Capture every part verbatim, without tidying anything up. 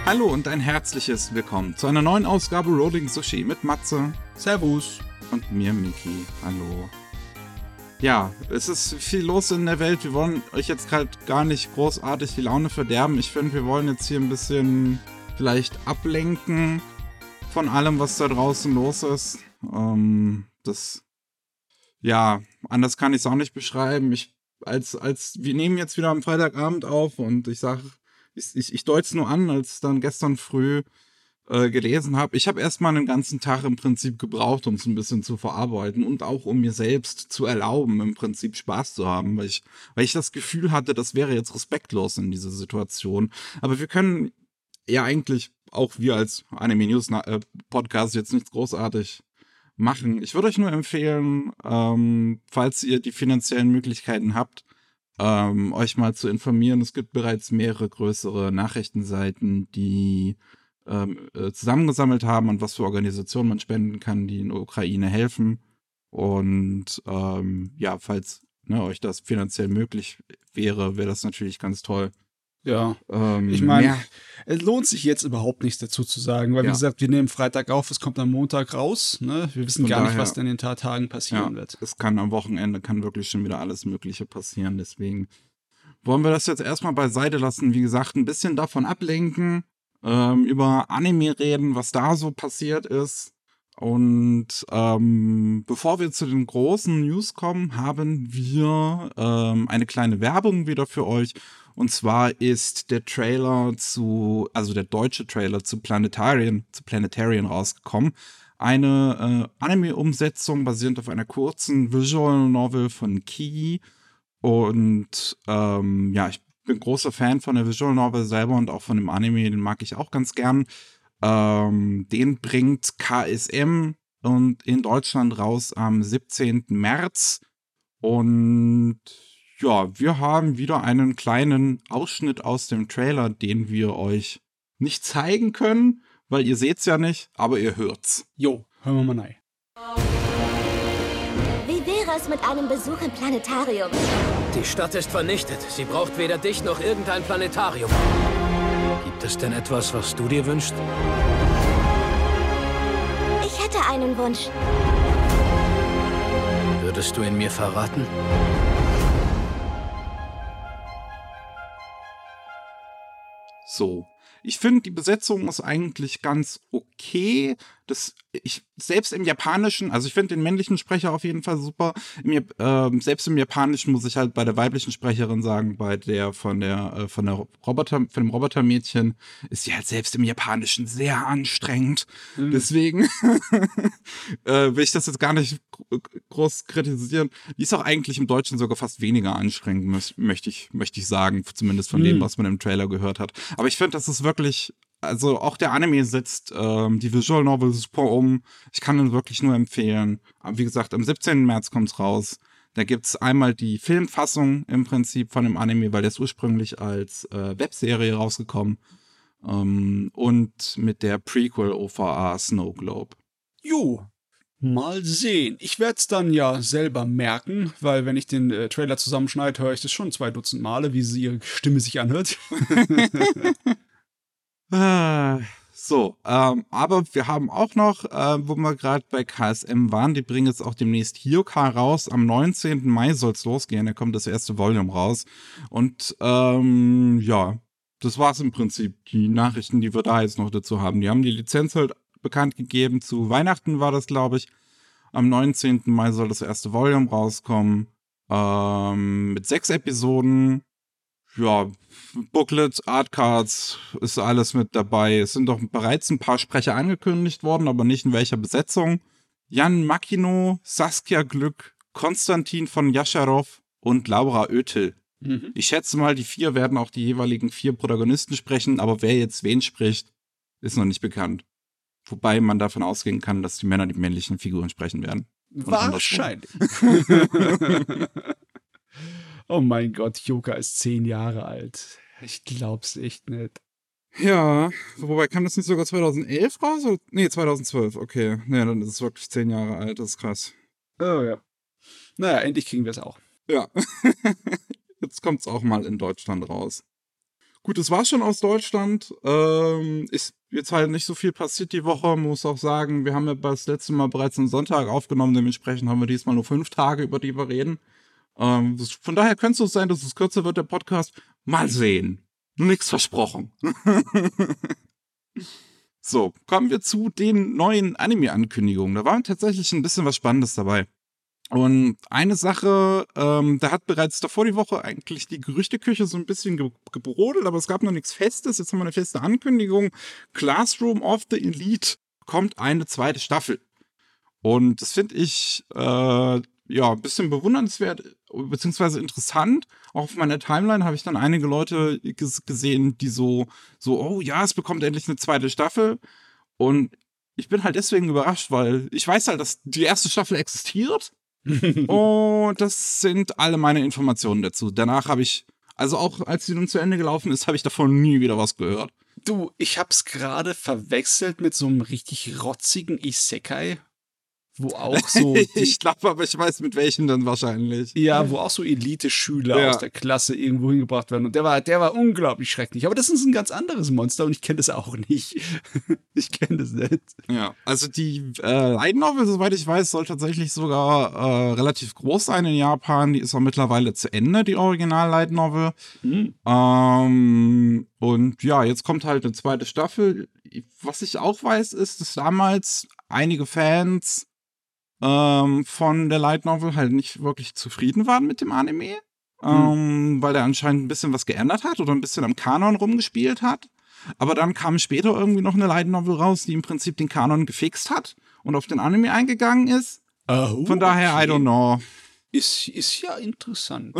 Hallo und ein herzliches Willkommen zu einer neuen Ausgabe Rolling Sushi mit Matze. Servus. Und mir, Miki. Hallo. Ja, es ist viel los in der Welt. Wir wollen euch jetzt halt gar nicht großartig die Laune verderben. Ich finde, wir wollen jetzt hier ein bisschen vielleicht ablenken von allem, was da draußen los ist. Ähm, das, ja, anders kann ich es auch nicht beschreiben. Ich, als, als, wir nehmen jetzt wieder am Freitagabend auf und ich sage, ich, ich, ich deute es nur an, als dann gestern früh äh, gelesen habe. Ich habe erstmal einen ganzen Tag im Prinzip gebraucht, um es ein bisschen zu verarbeiten und auch um mir selbst zu erlauben, im Prinzip Spaß zu haben, weil ich, weil ich das Gefühl hatte, das wäre jetzt respektlos in dieser Situation. Aber wir können ja eigentlich, auch wir als Anime News äh, Podcast, jetzt nichts großartig machen. Ich würde euch nur empfehlen, ähm, falls ihr die finanziellen Möglichkeiten habt, ähm, euch mal zu informieren. Es gibt bereits mehrere größere Nachrichtenseiten, die ähm, äh, zusammengesammelt haben, an was für Organisationen man spenden kann, die in der Ukraine helfen. Und ähm, ja, falls ne, euch das finanziell möglich wäre, wäre das natürlich ganz toll. Ja, Ähm, ich meine, mehr- es lohnt sich jetzt überhaupt nichts dazu zu sagen, weil wie Ja. gesagt, wir nehmen Freitag auf, es kommt am Montag raus. Ne? Wir wissen Von gar nicht, daher- was denn in den Ta- Tagen passieren ja, wird. es kann am Wochenende, kann wirklich schon wieder alles Mögliche passieren. Deswegen wollen wir das jetzt erstmal beiseite lassen. Wie gesagt, ein bisschen davon ablenken, ähm, über Anime reden, was da so passiert ist. Und ähm, bevor wir zu den großen News kommen, haben wir ähm, eine kleine Werbung wieder für euch. Und zwar ist der Trailer zu, also der deutsche Trailer zu Planetarian, zu Planetarian rausgekommen. Eine äh, Anime-Umsetzung basierend auf einer kurzen Visual Novel von Key. Und ähm, ja, ich bin großer Fan von der Visual Novel selber und auch von dem Anime, den mag ich auch ganz gern. Ähm, den bringt K S M und in Deutschland raus am siebzehnten März. Und ja, wir haben wieder einen kleinen Ausschnitt aus dem Trailer, den wir euch nicht zeigen können, weil ihr seht's ja nicht, aber ihr hört's. Jo, hören wir mal rein. Wie wäre es mit einem Besuch im Planetarium? Die Stadt ist vernichtet. Sie braucht weder dich noch irgendein Planetarium. Gibt es denn etwas, was du dir wünschst? Ich hätte einen Wunsch. Würdest du ihn mir verraten? So. Ich finde, die Besetzung ist eigentlich ganz okay. Das, ich, selbst im Japanischen, also ich finde den männlichen Sprecher auf jeden Fall super. Im, Jap- ähm, selbst im Japanischen muss ich halt bei der weiblichen Sprecherin sagen, bei der von der, äh, von der Roboter, von dem Robotermädchen, ist sie halt selbst im Japanischen sehr anstrengend. Mhm. Deswegen äh, will ich das jetzt gar nicht gr- groß kritisieren. Die ist auch eigentlich im Deutschen sogar fast weniger anstrengend, mö- möchte ich, möchte ich sagen, zumindest von dem, Mhm. was man im Trailer gehört hat. Aber ich finde, das ist wirklich, also auch der Anime setzt ähm, die Visual Novel super um. Ich kann ihn wirklich nur empfehlen. Aber wie gesagt, am siebzehnten März kommt's raus. Da gibt's einmal die Filmfassung im Prinzip von dem Anime, weil der ist ursprünglich als äh, Webserie rausgekommen. Ähm, und mit der Prequel-O V A Snow Globe. Jo, mal sehen. Ich werde es dann ja selber merken, weil wenn ich den äh, Trailer zusammenschneide, höre ich das schon zwei Dutzend Male, wie sie ihre Stimme sich anhört. Ah, So, ähm, aber wir haben auch noch, äh, wo wir gerade bei K S M waren, die bringen jetzt auch demnächst Hyoka raus. Am neunzehnten Mai soll's losgehen, da kommt das erste Volume raus. Und ähm, ja, das war's im Prinzip, die Nachrichten, die wir da jetzt noch dazu haben. Die haben die Lizenz halt bekannt gegeben, zu Weihnachten war das, glaube ich. Am neunzehnten Mai soll das erste Volume rauskommen, ähm, mit sechs Episoden. Ja, Booklets, Artcards, ist alles mit dabei. Es sind doch bereits ein paar Sprecher angekündigt worden, aber nicht in welcher Besetzung. Jan Makino, Saskia Glück, Konstantin von Jascharow und Laura Oethel. Mhm. Ich schätze mal, die vier werden auch die jeweiligen vier Protagonisten sprechen, aber wer jetzt wen spricht, ist noch nicht bekannt. Wobei man davon ausgehen kann, dass die Männer die männlichen Figuren sprechen werden. Und Wahrscheinlich. Oh mein Gott, Hyoka ist zehn Jahre alt. Ich glaub's echt nicht. Ja, wobei kam das nicht sogar zweitausendelf raus? Oder? Nee, zweitausendzwölf, okay. Nee, dann ist es wirklich zehn Jahre alt, das ist krass. Oh ja. Naja, endlich kriegen wir es auch. Ja. Jetzt kommt's auch mal in Deutschland raus. Gut, es war schon aus Deutschland. Ähm, ist jetzt halt nicht so viel passiert die Woche. Muss auch sagen, wir haben ja das letzte Mal bereits am Sonntag aufgenommen. Dementsprechend haben wir diesmal nur fünf Tage, über die wir reden. Ähm, das, von daher könnte es sein, dass es kürzer wird, der Podcast. Mal sehen. Nichts versprochen. So, kommen wir zu den neuen Anime-Ankündigungen. Da war tatsächlich ein bisschen was Spannendes dabei. Und eine Sache, ähm, da hat bereits davor die Woche eigentlich die Gerüchteküche so ein bisschen ge- gebrodelt, aber es gab noch nichts Festes. Jetzt haben wir eine feste Ankündigung. Classroom of the Elite kommt eine zweite Staffel. Und das finde ich äh, ja ein bisschen bewundernswert, beziehungsweise interessant. Auch auf meiner Timeline habe ich dann einige Leute ges- gesehen, die so, so, oh ja, es bekommt endlich eine zweite Staffel. Und ich bin halt deswegen überrascht, weil ich weiß halt, dass die erste Staffel existiert. Und das sind alle meine Informationen dazu. Danach habe ich, also auch als sie nun zu Ende gelaufen ist, habe ich davon nie wieder was gehört. Du, ich hab's gerade verwechselt mit so einem richtig rotzigen Isekai, wo auch so die, Ich glaube aber, ich weiß mit welchen dann wahrscheinlich. ja, wo auch so Elite-Schüler Ja. aus der Klasse irgendwo hingebracht werden. Und der war, der war unglaublich schrecklich. Aber das ist ein ganz anderes Monster und ich kenne das auch nicht. Ich kenne das nicht. Ja, also die äh, Light Novel, soweit ich weiß, soll tatsächlich sogar äh, relativ groß sein in Japan. Die ist auch mittlerweile zu Ende, die Original Light Novel. Mhm. Ähm, und ja, jetzt kommt halt eine zweite Staffel. Was ich auch weiß, ist, dass damals einige Fans ähm, von der Light Novel halt nicht wirklich zufrieden waren mit dem Anime. Ähm, weil der anscheinend ein bisschen was geändert hat oder ein bisschen am Kanon rumgespielt hat. Aber dann kam später irgendwie noch eine Light Novel raus, die im Prinzip den Kanon gefixt hat und auf den Anime eingegangen ist. Oh, Von daher, I okay. don't know. Ist, ist ja interessant.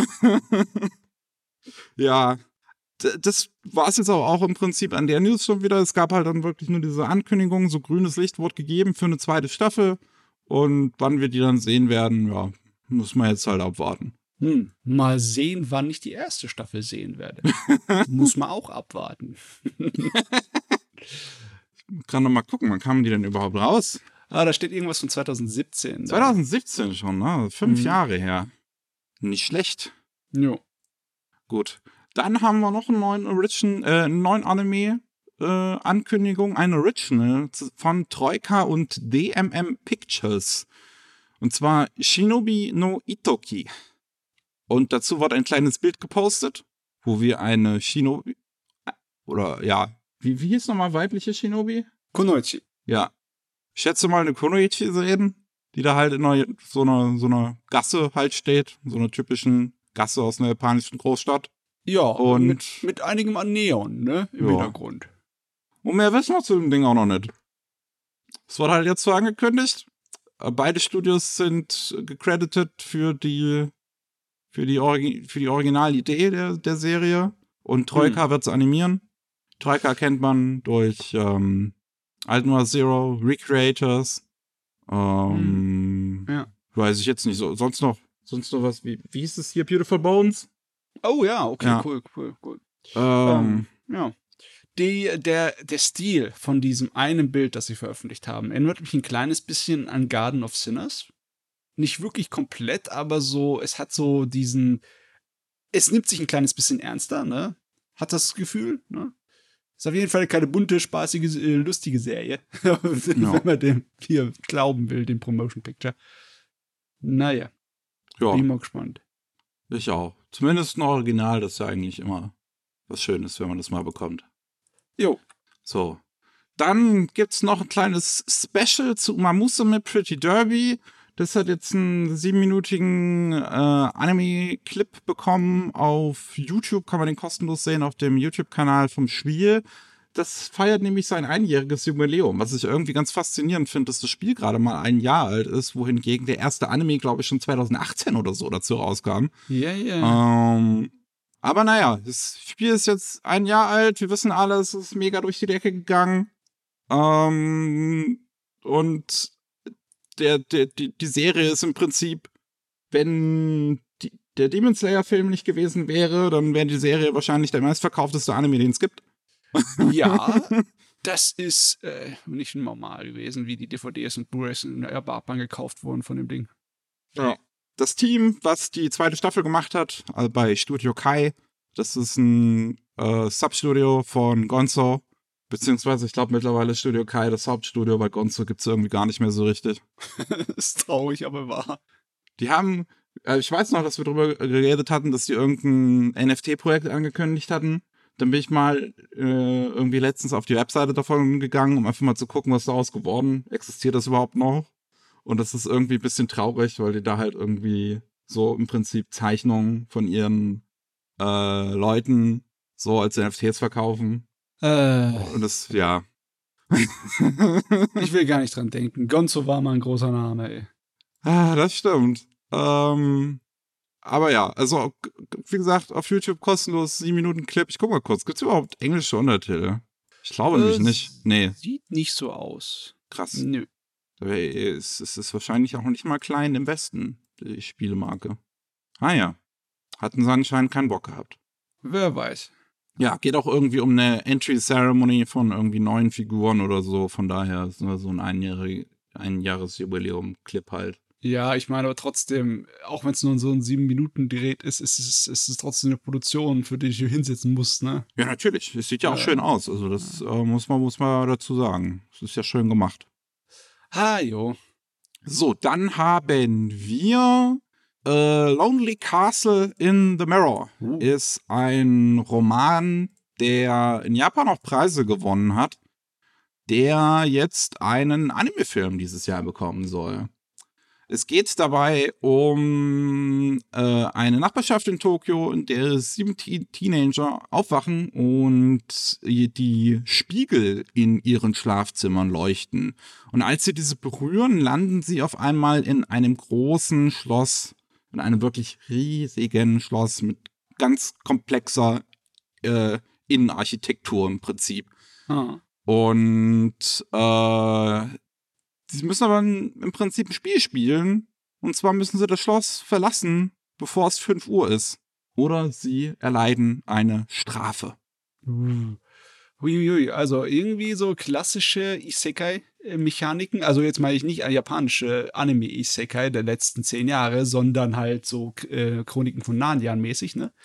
Ja, d- das war es jetzt aber auch im Prinzip an der News schon wieder. Es gab halt dann wirklich nur diese Ankündigung, so grünes Licht wurde gegeben für eine zweite Staffel. Und wann wir die dann sehen werden, ja, muss man jetzt halt abwarten. Hm. Mal sehen, wann ich die erste Staffel sehen werde. Muss man auch abwarten. Ich kann noch mal gucken, wann kamen die denn überhaupt raus? Ah, da steht irgendwas von zwanzig siebzehn. da. zwanzig siebzehn schon, ne? Fünf Mhm. Jahre her. Nicht schlecht. Jo. Gut. Dann haben wir noch einen neuen Origin, äh, einen neuen Anime. Äh, Ankündigung, ein Original z- von Troika und D M M Pictures. Und zwar Shinobi no Itoki. Und dazu wurde ein kleines Bild gepostet, wo wir eine Shinobi, oder ja, wie, wie hieß nochmal weibliche Shinobi? Kunoichi. Ja. Ich schätze mal eine Kunoichi sehen, die da halt in einer, so einer, so einer Gasse halt steht, so einer typischen Gasse aus einer japanischen Großstadt. Ja, Und- mit, mit einigem an Neon, ne? Im Ja. Hintergrund. Und mehr wissen wir zu dem Ding auch noch nicht. Es wurde halt jetzt so angekündigt. Äh, Beide Studios sind gecredited für die, für die, Origi für die Originalidee der, der Serie. Und Troika wird es animieren. Troika kennt man durch ähm, Altenwar Zero, Recreators. Ähm, Ja. Weiß ich jetzt nicht. So, sonst noch, sonst noch was, wie, wie hieß es hier? Beautiful Bones? Oh ja, okay, Ja. cool, cool, cool. Ähm, Ja. Die, der, der Stil von diesem einen Bild, das sie veröffentlicht haben, erinnert mich ein kleines bisschen an Garden of Sinners. Nicht wirklich komplett, aber so, es hat so diesen, es nimmt sich ein kleines bisschen ernster, ne? Hat das Gefühl, ne? Ist auf jeden Fall keine bunte, spaßige, äh, lustige Serie. Wenn man dem hier glauben will, dem Promotion Picture. Naja, ja. bin mal gespannt. Ich auch. Zumindest ein Original, das ist ja eigentlich immer was Schönes, wenn man das mal bekommt. Jo. So. Dann gibt's noch ein kleines Special zu Umamusume Pretty Derby. Das hat jetzt einen siebenminütigen äh, Anime-Clip bekommen. Auf YouTube kann man den kostenlos sehen, auf dem YouTube-Kanal vom Spiel. Das feiert nämlich sein einjähriges Jubiläum, was ich irgendwie ganz faszinierend finde, dass das Spiel gerade mal ein Jahr alt ist, wohingegen der erste Anime, glaube ich, schon zwanzig achtzehn oder so dazu rauskam. Ja, ja. Ähm, aber naja, das Spiel ist jetzt ein Jahr alt, wir wissen alle, es ist mega durch die Decke gegangen. Ähm, und der, der, die, die Serie ist im Prinzip, wenn die, der Demon Slayer-Film nicht gewesen wäre, dann wäre die Serie wahrscheinlich der meistverkaufteste Anime, den es gibt. Ja, das ist äh, nicht normal gewesen, wie die D V Ds und Blu-rays in Japan gekauft wurden von dem Ding. Ja. Das Team, was die zweite Staffel gemacht hat, also bei Studio Kai, Das ist ein äh, Substudio von Gonzo. Beziehungsweise, ich glaube mittlerweile Studio Kai das Hauptstudio, weil Gonzo gibt es irgendwie gar nicht mehr so richtig. Das ist traurig, aber wahr. Die haben, äh, ich weiß noch, dass wir darüber geredet hatten, dass die irgendein N F T-Projekt angekündigt hatten. Dann bin ich mal äh, irgendwie letztens auf die Webseite davon gegangen, um einfach mal zu gucken, was daraus geworden. Existiert das überhaupt noch? Und das ist irgendwie ein bisschen traurig, weil die da halt irgendwie so im Prinzip Zeichnungen von ihren äh, Leuten so als N F Ts verkaufen. Äh, Und das, ja. ich will gar nicht dran denken. Gonzo war mal ein großer Name, ey. Ah, das stimmt. Ähm, aber ja, also, wie gesagt, auf YouTube kostenlos, sieben Minuten Clip. Ich guck mal kurz, gibt's überhaupt englische Untertitel? Ich glaube nämlich nicht. Nee, Sieht nicht so aus. krass. Nö. Es es ist wahrscheinlich auch nicht mal klein im Westen, die Spielemarke. Ah ja, hatten sie anscheinend keinen Bock gehabt. Wer weiß. Ja, geht auch irgendwie um eine Entry Ceremony von irgendwie neun Figuren oder so. Von daher ist nur so ein einjährig, Einjahresjubiläum-Clip halt. Ja, ich meine aber trotzdem, auch wenn es nur so ein sieben Minuten Gerät ist, ist es, ist es trotzdem eine Produktion, für die du hinsetzen musst, ne? Ja, natürlich. Es sieht ja auch Ja. schön aus. Also das äh, muss man muss man dazu sagen. Es ist ja schön gemacht. Ah, jo. So, dann haben wir äh, Lonely Castle in the Mirror. Uh. Ist ein Roman, der in Japan auch Preise gewonnen hat, der jetzt einen Anime-Film dieses Jahr bekommen soll. Es geht dabei um äh, eine Nachbarschaft in Tokio, in der sieben Te- Teenager aufwachen und die Spiegel in ihren Schlafzimmern leuchten. Und als sie diese berühren, landen sie auf einmal in einem großen Schloss, in einem wirklich riesigen Schloss mit ganz komplexer äh, Innenarchitektur im Prinzip. Ah. Und äh, sie müssen aber im Prinzip ein Spiel spielen. Und zwar müssen sie das Schloss verlassen, bevor es fünf Uhr ist. Oder sie erleiden eine Strafe. Uh. Huiuiui, also irgendwie so klassische Isekai-Mechaniken. Also jetzt meine ich nicht ein japanische Anime-Isekai der letzten zehn Jahre, sondern halt so äh, Chroniken von Narnia mäßig, ne?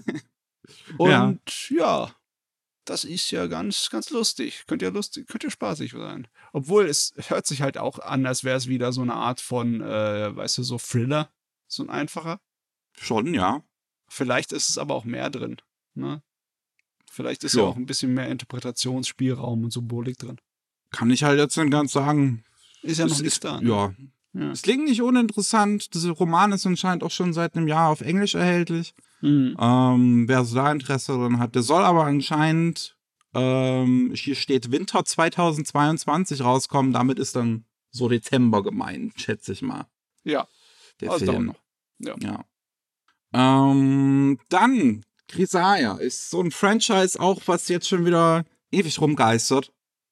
Und Ja. ja. Das ist ja ganz, ganz lustig. Könnte ja lustig, könnte ja spaßig sein. Obwohl, es hört sich halt auch an, als wäre es wieder so eine Art von, äh, weißt du, so Thriller. So ein einfacher. Schon, ja. Vielleicht ist es aber auch mehr drin. Ne? Vielleicht ist ja. Ja. auch ein bisschen mehr Interpretationsspielraum und Symbolik drin. Kann ich halt jetzt nicht ganz sagen. Ist ja Es noch nichts ist- da. Ne? Ja. Ja. Es klingt nicht uninteressant. Dieser Roman ist anscheinend auch schon seit einem Jahr auf Englisch erhältlich. Mhm. Ähm, wer so da Interesse drin hat, der soll aber anscheinend, ähm, hier steht Winter zweitausendzweiundzwanzig rauskommen. Damit ist dann so Dezember gemeint, schätze ich mal. Ja, Der also dauert Film. noch. Ja. Ja. Ähm, dann, Grisaya ist so ein Franchise auch, was jetzt schon wieder ewig rumgeistert.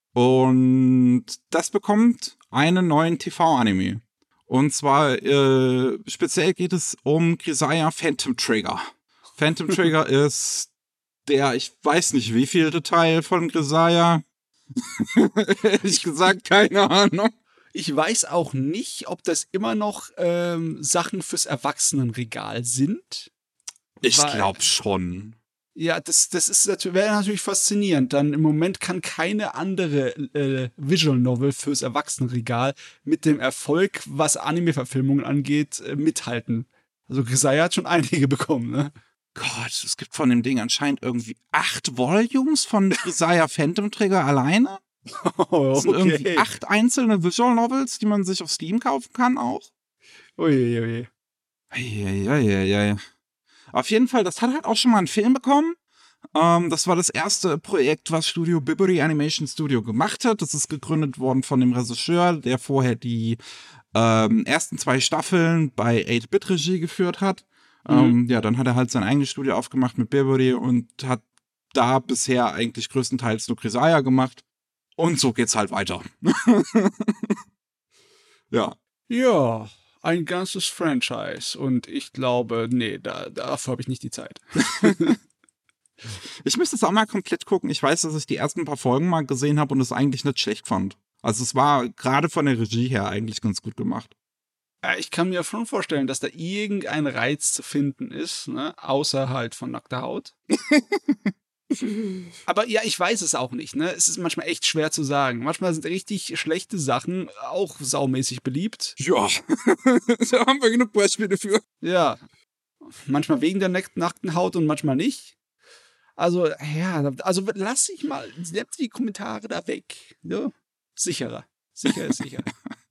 Und das bekommt einen neuen T V-Anime. Und zwar, äh, speziell geht es um Grisaya Phantom Trigger. Phantom Trigger ist der, ich weiß nicht wie viel Teil von Grisaya. Ehrlich gesagt, keine Ahnung. Ich weiß auch nicht, ob das immer noch ähm, Sachen fürs Erwachsenenregal sind. Ich Weil- glaube schon. Ja, das, das ist natu- wäre natürlich faszinierend. Dann im Moment kann keine andere äh, Visual Novel fürs Erwachsenenregal mit dem Erfolg, was Anime-Verfilmungen angeht, äh, mithalten. Also Grisaya hat schon einige bekommen, ne? Gott, es gibt von dem Ding anscheinend irgendwie acht Volumes von Grisaya Phantom Trigger alleine. Oh, Das sind irgendwie acht einzelne Visual Novels, die man sich auf Steam kaufen kann auch. Uiuiui. Eieieiei. Auf jeden Fall, das hat halt auch schon mal einen Film bekommen. Ähm, das war das erste Projekt, was Studio Bibury Animation Studio gemacht hat. Das ist gegründet worden von dem Regisseur, der vorher die ähm, ersten zwei Staffeln bei acht Bit Regie geführt hat. Mhm. Ähm, ja, dann hat er halt sein eigenes Studio aufgemacht mit Bibury und hat da bisher eigentlich größtenteils nur Grisaya gemacht. Und so geht's halt weiter. Ja. Ja, ein ganzes Franchise. Und ich glaube, nee, da, dafür habe ich nicht die Zeit. Ich müsste es auch mal komplett gucken. Ich weiß, dass ich die ersten paar Folgen mal gesehen habe und es eigentlich nicht schlecht fand. Also es war gerade von der Regie her eigentlich ganz gut gemacht. Ja, ich kann mir schon vorstellen, dass da irgendein Reiz zu finden ist, ne? Außer halt von nackter Haut. Aber ja, ich weiß es auch nicht, ne? Es ist manchmal echt schwer zu sagen. Manchmal sind richtig schlechte Sachen auch saumäßig beliebt. Ja, da haben wir genug Beispiele für. Ja. Manchmal wegen der nack- nackten Haut und manchmal nicht. Also, ja, also lass ich mal, setz die Kommentare da weg. Ne? Sicherer. Sicher ist sicher.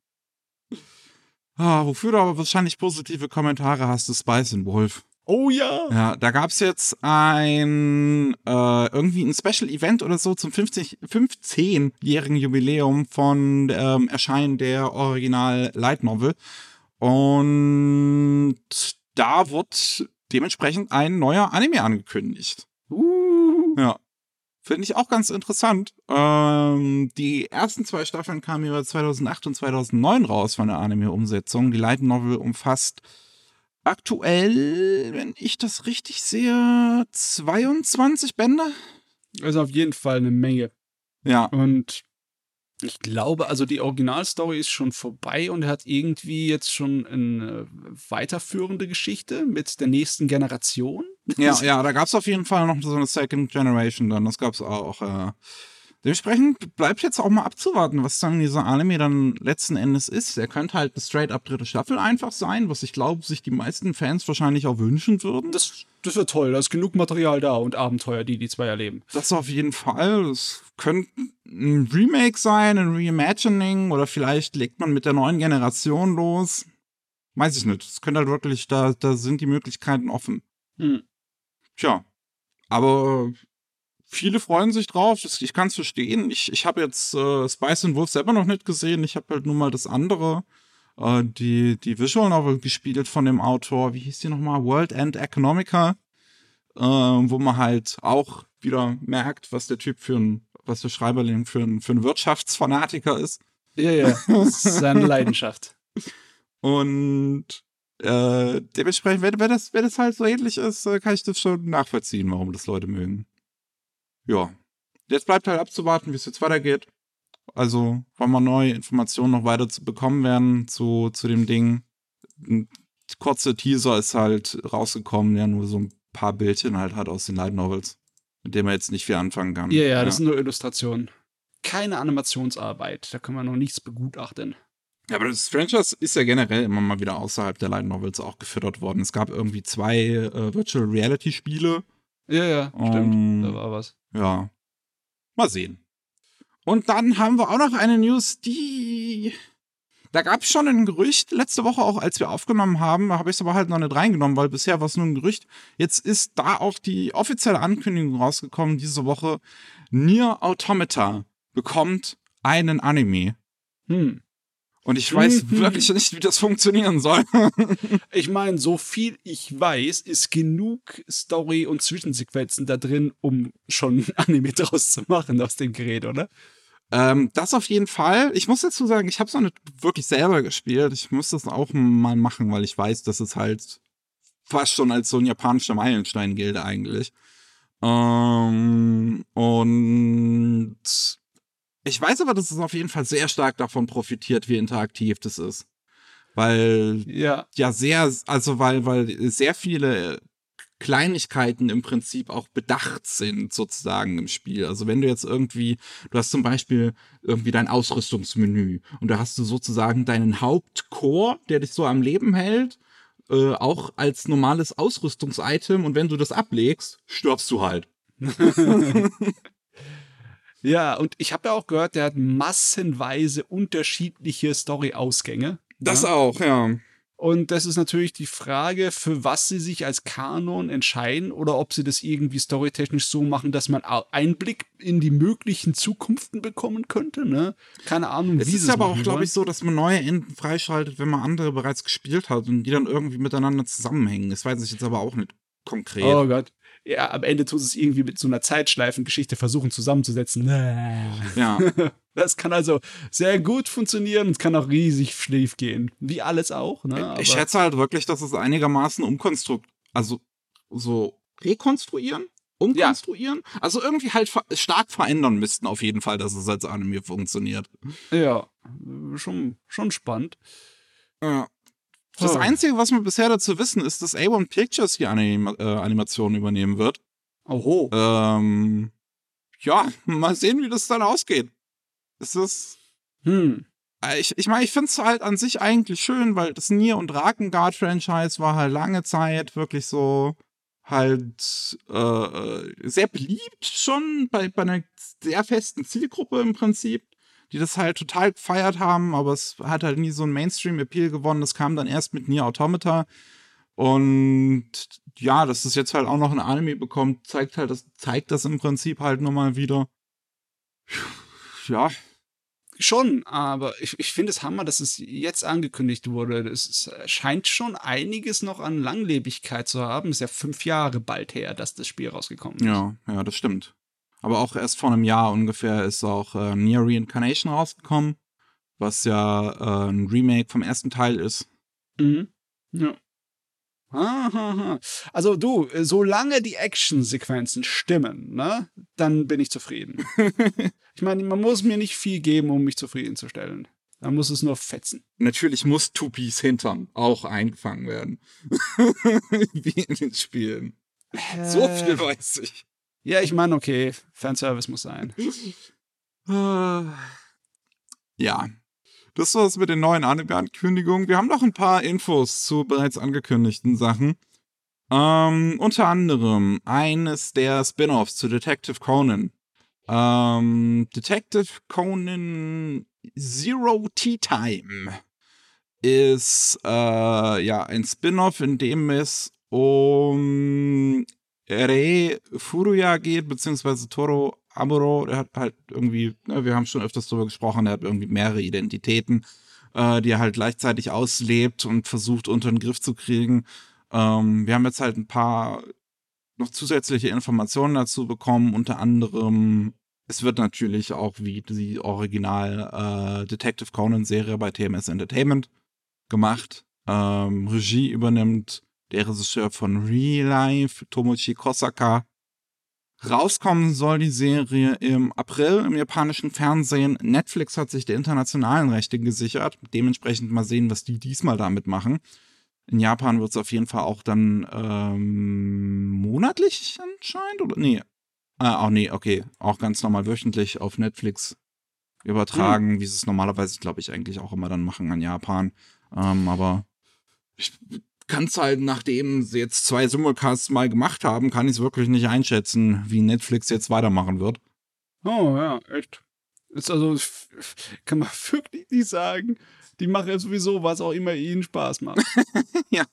Ah, wofür du aber wahrscheinlich positive Kommentare hast, ist Spice and Wolf. Oh ja! Ja, da gab's jetzt ein, äh, irgendwie ein Special Event oder so zum fünfzig fünfzehnjährigen Jubiläum von ähm, Erscheinen der Original Light Novel. Und da wird dementsprechend ein neuer Anime angekündigt. Uh. Ja. Finde ich auch ganz interessant. Ähm, die ersten zwei Staffeln kamen über zweitausendacht und zweitausendneun raus von der Anime-Umsetzung. Die Light Novel umfasst aktuell, wenn ich das richtig sehe, zweiundzwanzig Bände. Also auf jeden Fall eine Menge. Ja. Und ich glaube, also die Originalstory ist schon vorbei und er hat irgendwie jetzt schon eine weiterführende Geschichte mit der nächsten Generation. Ja, ja, da gab es auf jeden Fall noch so eine Second Generation dann. Das gab es auch. Äh. Dementsprechend bleibt jetzt auch mal abzuwarten, was dann dieser Anime dann letzten Endes ist. Er könnte halt eine straight-up dritte Staffel einfach sein, was ich glaube, sich die meisten Fans wahrscheinlich auch wünschen würden. Das, das wird toll, da ist genug Material da und Abenteuer, die die zwei erleben. Das auf jeden Fall. Es könnte ein Remake sein, ein Reimagining oder vielleicht legt man mit der neuen Generation los. Weiß ich nicht. Es könnte halt wirklich, da, da sind die Möglichkeiten offen. Hm. Tja, aber viele freuen sich drauf, das, ich kann es verstehen. Ich, ich habe jetzt äh, Spice and Wolf selber noch nicht gesehen. Ich habe halt nur mal das andere, äh, die, die Visual Novel gespielt von dem Autor. Wie hieß die nochmal? World End Economica. Äh, wo man halt auch wieder merkt, was der Typ für ein, was der Schreiberling für ein, für ein Wirtschaftsfanatiker ist. Ja, ja, das ist seine Leidenschaft. Und äh, dementsprechend, wenn, wenn, das, wenn das halt so ähnlich ist, äh, kann ich das schon nachvollziehen, warum das Leute mögen. Ja. Jetzt bleibt halt abzuwarten, wie es jetzt weitergeht. Also, wann mal neue Informationen noch weiter zu bekommen werden zu, zu dem Ding. Ein kurzer Teaser ist halt rausgekommen, der nur so ein paar Bildchen halt hat aus den Light Novels, mit dem man jetzt nicht viel anfangen kann. Ja, ja, das sind nur Illustrationen. Keine Animationsarbeit, da kann man noch nichts begutachten. Ja, aber das Franchise ist ja generell immer mal wieder außerhalb der Light Novels auch gefüttert worden. Es gab irgendwie zwei äh, Virtual Reality Spiele. Ja, ja, Um, stimmt. Da war was. Ja. Mal sehen. Und dann haben wir auch noch eine News, die... Da gab es schon ein Gerücht, letzte Woche auch, als wir aufgenommen haben, habe ich es aber halt noch nicht reingenommen, weil bisher war es nur ein Gerücht. Jetzt ist da auch die offizielle Ankündigung rausgekommen, diese Woche. Nier Automata bekommt einen Anime. Hm. Und ich weiß wirklich nicht, wie das funktionieren soll. Ich meine, so viel ich weiß, ist genug Story und Zwischensequenzen da drin, um schon Anime draus zu machen aus dem Gerät, oder? Ähm, das auf jeden Fall. Ich muss dazu sagen, ich habe es noch nicht wirklich selber gespielt. Ich muss das auch mal machen, weil ich weiß, dass es halt fast schon als so ein japanischer Meilenstein gilt eigentlich. Ähm, und ich weiß aber, dass es auf jeden Fall sehr stark davon profitiert, wie interaktiv das ist. Weil ja, ja sehr, also weil, weil sehr viele Kleinigkeiten im Prinzip auch bedacht sind, sozusagen im Spiel. Also wenn du jetzt irgendwie, du hast zum Beispiel irgendwie dein Ausrüstungsmenü und da hast du sozusagen deinen Hauptcore, der dich so am Leben hält, äh, auch als normales Ausrüstungsitem, und wenn du das ablegst, stirbst du halt. Ja, und ich habe ja auch gehört, der hat massenweise unterschiedliche Story-Ausgänge. Das ja? auch, ja. Und das ist natürlich die Frage, für was sie sich als Kanon entscheiden oder ob sie das irgendwie storytechnisch so machen, dass man Einblick in die möglichen Zukunften bekommen könnte, ne? Keine Ahnung, es wie ist sie es aber auch, machen glaube wollen. ich, so, dass man neue Enden freischaltet, wenn man andere bereits gespielt hat und die dann irgendwie miteinander zusammenhängen. Das weiß ich jetzt aber auch nicht konkret. Oh Gott. Ja, am Ende tut es irgendwie mit so einer Zeitschleifengeschichte versuchen zusammenzusetzen. Ja. Das kann also sehr gut funktionieren und es kann auch riesig schief gehen. Wie alles auch, ne? Aber Ich schätze halt wirklich, dass es einigermaßen umkonstrukt, also so rekonstruieren, umkonstruieren, ja. Also irgendwie halt ver- stark verändern müssten auf jeden Fall, dass es als Anime funktioniert. Ja, schon, schon spannend. Ja. Das Oh. Einzige, was wir bisher dazu wissen, ist, dass A eins Pictures die Anima äh, Animation übernehmen wird. Oho. Ähm, ja, mal sehen, wie das dann ausgeht. Es ist, Hm. äh, ich ich meine, ich finde es halt an sich eigentlich schön, weil das Nier- und Drakengard-Franchise war halt lange Zeit wirklich so halt äh, sehr beliebt schon bei, bei einer sehr festen Zielgruppe im Prinzip, die das halt total gefeiert haben, aber es hat halt nie so einen Mainstream-Appeal gewonnen. Das kam dann erst mit Nier Automata. Und ja, dass das jetzt halt auch noch ein Anime bekommt, zeigt halt, das zeigt das im Prinzip halt nochmal wieder. Ja, Schon, aber ich, ich finde es Hammer, dass es jetzt angekündigt wurde. Es ist, scheint schon einiges noch an Langlebigkeit zu haben. Ist ja fünf Jahre bald her, dass das Spiel rausgekommen ist. ja, ja, das stimmt. Aber auch erst vor einem Jahr ungefähr ist auch äh, Nier Reincarnation rausgekommen, was ja äh, ein Remake vom ersten Teil ist. Mhm. Ja. Ha, ha, ha. Also du, solange die Actionsequenzen stimmen, ne, dann bin ich zufrieden. Ich meine, man muss mir nicht viel geben, um mich zufriedenzustellen. Man muss es nur fetzen. Natürlich muss Tupis Hintern auch eingefangen werden. Wie in den Spielen. So viel weiß ich. Ja, ich meine, okay, Fanservice muss sein. Ja. Das war's mit den neuen Anime-Ankündigungen. Wir haben noch ein paar Infos zu bereits angekündigten Sachen. Ähm, unter anderem eines der Spin-offs zu Detective Conan. Ähm, Detective Conan Zero Tea Time ist äh, ja ein Spin-off, in dem es um Rei Furuya geht, beziehungsweise Toro Amuro. Der hat halt irgendwie, ne, wir haben schon öfters darüber gesprochen, der hat irgendwie mehrere Identitäten, äh, die er halt gleichzeitig auslebt und versucht unter den Griff zu kriegen. Ähm, wir haben jetzt halt ein paar noch zusätzliche Informationen dazu bekommen, unter anderem, es wird natürlich auch wie die Original äh, Detective Conan-Serie bei T M S Entertainment gemacht. Ähm, Regie übernimmt der Regisseur von Real Life, Tomochi Kosaka. Rauskommen soll die Serie im April im japanischen Fernsehen. Netflix hat sich der internationalen Rechte gesichert. Dementsprechend mal sehen, was die diesmal damit machen. In Japan wird es auf jeden Fall auch dann ähm, monatlich anscheinend, oder? Nee. Ah, auch nee, okay. Auch ganz normal wöchentlich auf Netflix übertragen, hm. wie sie es normalerweise, glaube ich, eigentlich auch immer dann machen an Japan. Ähm, aber ich kann es halt, nachdem sie jetzt zwei Simulcasts mal gemacht haben, kann ich es wirklich nicht einschätzen, wie Netflix jetzt weitermachen wird. Oh ja, echt. Ist also, kann man wirklich nicht sagen. Die machen ja sowieso, was auch immer ihnen Spaß macht. Ja.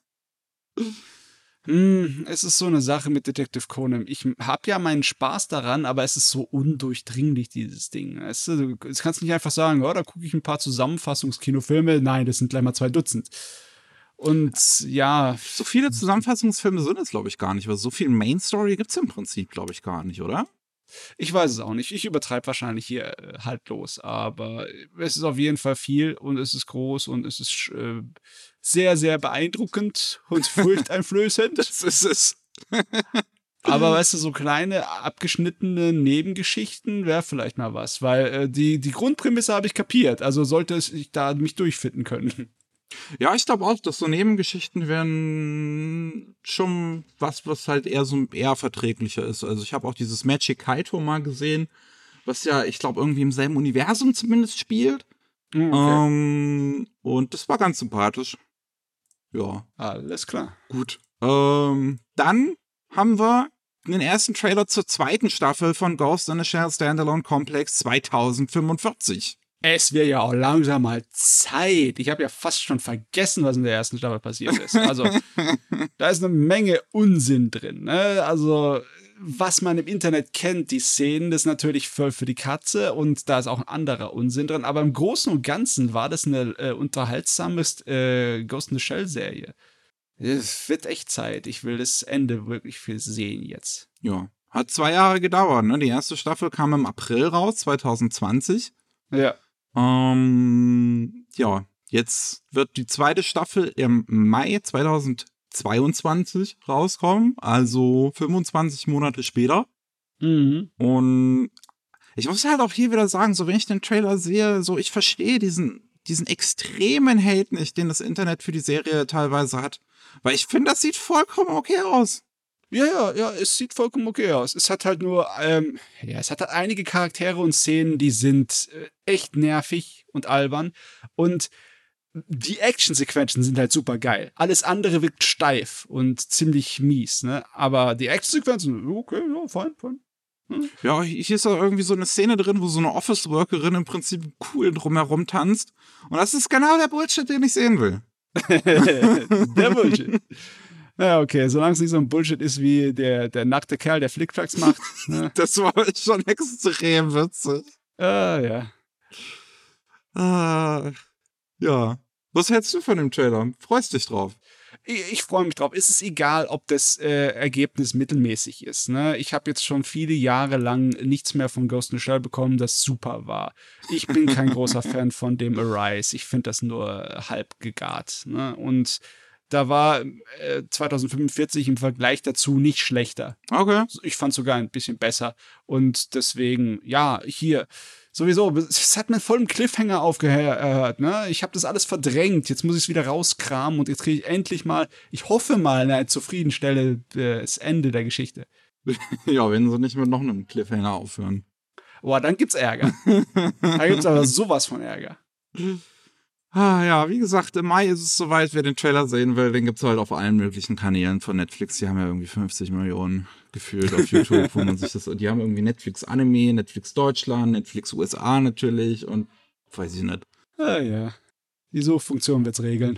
Hm, es ist so eine Sache mit Detective Conan. Ich habe ja meinen Spaß daran, aber es ist so undurchdringlich, dieses Ding. Weißt du, du kannst nicht einfach sagen, oh, da gucke ich ein paar Zusammenfassungskinofilme. Nein, das sind gleich mal zwei Dutzend. Und ja. So viele Zusammenfassungsfilme sind es, glaube ich, gar nicht, weil so viel Main Story gibt es im Prinzip, glaube ich, gar nicht, oder? Ich weiß es auch nicht. Ich übertreibe wahrscheinlich hier äh, haltlos, aber es ist auf jeden Fall viel und es ist groß und es ist äh, sehr, sehr beeindruckend und furchteinflößend. Das ist es. Aber weißt du, so kleine, abgeschnittene Nebengeschichten wäre vielleicht mal was, weil äh, die, die Grundprämisse habe ich kapiert, also sollte es ich da mich durchfinden können. Ja, ich glaube auch, dass so Nebengeschichten wären schon was, was halt eher so eher verträglicher ist. Also ich habe auch dieses Magic Kaito mal gesehen, was ja, ich glaube, irgendwie im selben Universum zumindest spielt. Okay. Ähm, und das war ganz sympathisch. Ja. Alles klar. Gut. Ähm, dann haben wir den ersten Trailer zur zweiten Staffel von Ghost in the Shell Standalone Complex zweitausendfünfundvierzig. Es wäre ja auch langsam mal Zeit. Ich habe ja fast schon vergessen, was in der ersten Staffel passiert ist. Also, da ist eine Menge Unsinn drin. Ne? Also, was man im Internet kennt, die Szenen, das ist natürlich voll für die Katze und da ist auch ein anderer Unsinn drin. Aber im Großen und Ganzen war das eine äh, unterhaltsame äh, Ghost in the Shell-Serie. Es wird echt Zeit. Ich will das Ende wirklich viel sehen jetzt. Ja, hat zwei Jahre gedauert. Ne? Die erste Staffel kam im April raus, zwanzig zwanzig. Ja. Ähm, ja, jetzt wird die zweite Staffel im Mai zweitausendzweiundzwanzig rauskommen, also fünfundzwanzig Monate später. Mhm. Und ich muss halt auch hier wieder sagen, so wenn ich den Trailer sehe, so ich verstehe diesen diesen extremen Hate nicht, den das Internet für die Serie teilweise hat. Weil ich finde, das sieht vollkommen okay aus. Ja, ja, ja, es sieht vollkommen okay aus. Es hat halt nur, ähm, ja, es hat halt einige Charaktere und Szenen, die sind äh, echt nervig und albern. Und die Actionsequenzen sind halt super geil. Alles andere wirkt steif und ziemlich mies, ne? Aber die Actionsequenzen, okay, ja, fein, fein. Hm. Ja, hier ist auch irgendwie so eine Szene drin, wo so eine Office-Workerin im Prinzip cool drumherum tanzt. Und das ist genau der Bullshit, den ich sehen will. Der Bullshit. Ja, okay, solange es nicht so ein Bullshit ist wie der, der nackte Kerl, der Flickflacks macht. Ne? Das war schon extrem witzig. Ah, ja. Ah, ja. Was hältst du von dem Trailer? Freust dich drauf? Ich, ich freue mich drauf. Es ist egal, ob das äh, Ergebnis mittelmäßig ist. Ne? Ich habe jetzt schon viele Jahre lang nichts mehr von Ghost in the Shell bekommen, das super war. Ich bin kein großer Fan von dem Arise. Ich finde das nur halb gegart. Ne? Und da war äh, zwanzig fünfundvierzig im Vergleich dazu nicht schlechter. Okay. Ich fand sogar ein bisschen besser. Und deswegen, ja, hier, sowieso, es hat mir voll im Cliffhanger aufgehört. Ne? Ich habe das alles verdrängt. Jetzt muss ich es wieder rauskramen und jetzt kriege ich endlich mal, ich hoffe mal, eine zufriedenstellendes das Ende der Geschichte. Ja, wenn sie nicht mit noch einem Cliffhanger aufhören. Boah, dann gibt's Ärger. Da gibt's aber sowas von Ärger. Ah, ja, wie gesagt, im Mai ist es soweit, wer den Trailer sehen will, den gibt's halt auf allen möglichen Kanälen von Netflix. Die haben ja irgendwie fünfzig Millionen gefühlt auf YouTube, wo man sich das, die haben irgendwie Netflix Anime, Netflix Deutschland, Netflix U S A natürlich und weiß ich nicht. Ah, ja. Die Suchfunktion wird's regeln.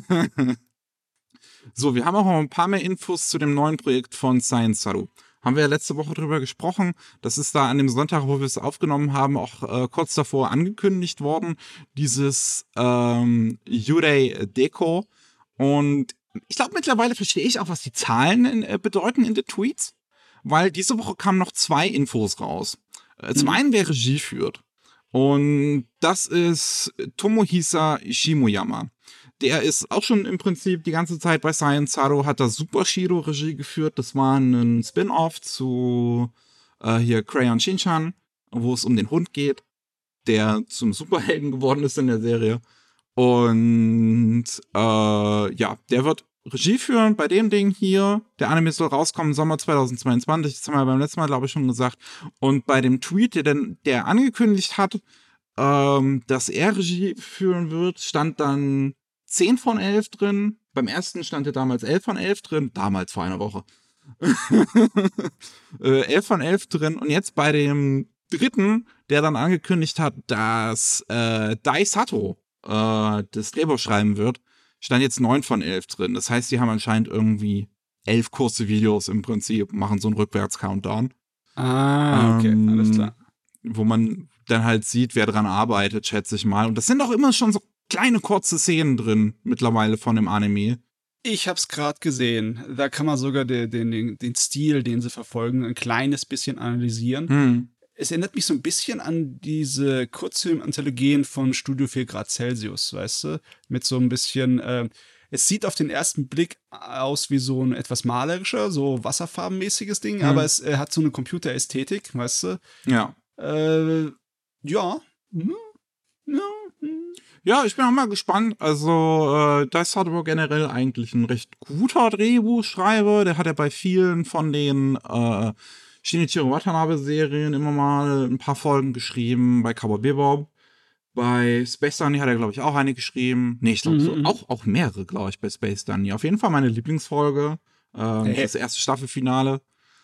So, wir haben auch noch ein paar mehr Infos zu dem neuen Projekt von Science Saru. Haben wir ja letzte Woche drüber gesprochen. Das ist da an dem Sonntag, wo wir es aufgenommen haben, auch äh, kurz davor angekündigt worden. Dieses ähm, Yurei Deko. Und ich glaube, mittlerweile verstehe ich auch, was die Zahlen in, äh, bedeuten in den Tweets. Weil diese Woche kamen noch zwei Infos raus. Äh, zum mhm. einen, wer Regie führt. Und das ist Tomohisa Shimoyama. Der ist auch schon im Prinzip die ganze Zeit bei Science Saru, hat da Super Shiro Regie geführt. Das war ein Spin-off zu äh, hier Crayon Shinchan, wo es um den Hund geht, der zum Superhelden geworden ist in der Serie. Und äh, ja, der wird Regie führen bei dem Ding hier. Der Anime soll rauskommen im Sommer zweitausendzweiundzwanzig. Das haben wir beim letzten Mal, glaube ich, schon gesagt. Und bei dem Tweet, der, denn, der angekündigt hat, ähm, dass er Regie führen wird, stand dann zehn von elf drin. Beim ersten stand ja damals elf von elf drin. Damals vor einer Woche. äh, elf von elf drin. Und jetzt bei dem dritten, der dann angekündigt hat, dass äh, Dai Sato äh, das Drehbuch schreiben wird, stand jetzt neun von elf drin. Das heißt, die haben anscheinend irgendwie elf kurze Videos im Prinzip, machen so einen Rückwärts-Countdown. Ah, okay, ähm, alles klar. Wo man dann halt sieht, wer dran arbeitet, schätze ich mal. Und das sind auch immer schon so kleine kurze Szenen drin mittlerweile von dem Anime. Ich hab's gerade gesehen. Da kann man sogar den, den, den Stil, den sie verfolgen, ein kleines bisschen analysieren. Hm. Es erinnert mich so ein bisschen an diese Kurzfilm-Anthologien von Studio vier Grad Celsius, weißt du? Mit so ein bisschen, äh, es sieht auf den ersten Blick aus wie so ein etwas malerischer, so wasserfarbenmäßiges Ding, hm. aber es äh, hat so eine Computerästhetik, weißt du? Ja. Äh, ja. Mhm. Ja. Ja, ich bin auch mal gespannt. Also, äh, Dai Sato generell eigentlich ein recht guter Drehbuchschreiber. Der hat ja bei vielen von den äh, Shinichiro Watanabe-Serien immer mal ein paar Folgen geschrieben. Bei Cowboy Bebop. Bei Space Dunny hat er, glaube ich, auch eine geschrieben. Nee, ich glaube, so, Mhm. auch, auch mehrere, glaube ich, bei Space Dunny. Auf jeden Fall meine Lieblingsfolge. Ähm, Hey. Das erste Staffelfinale.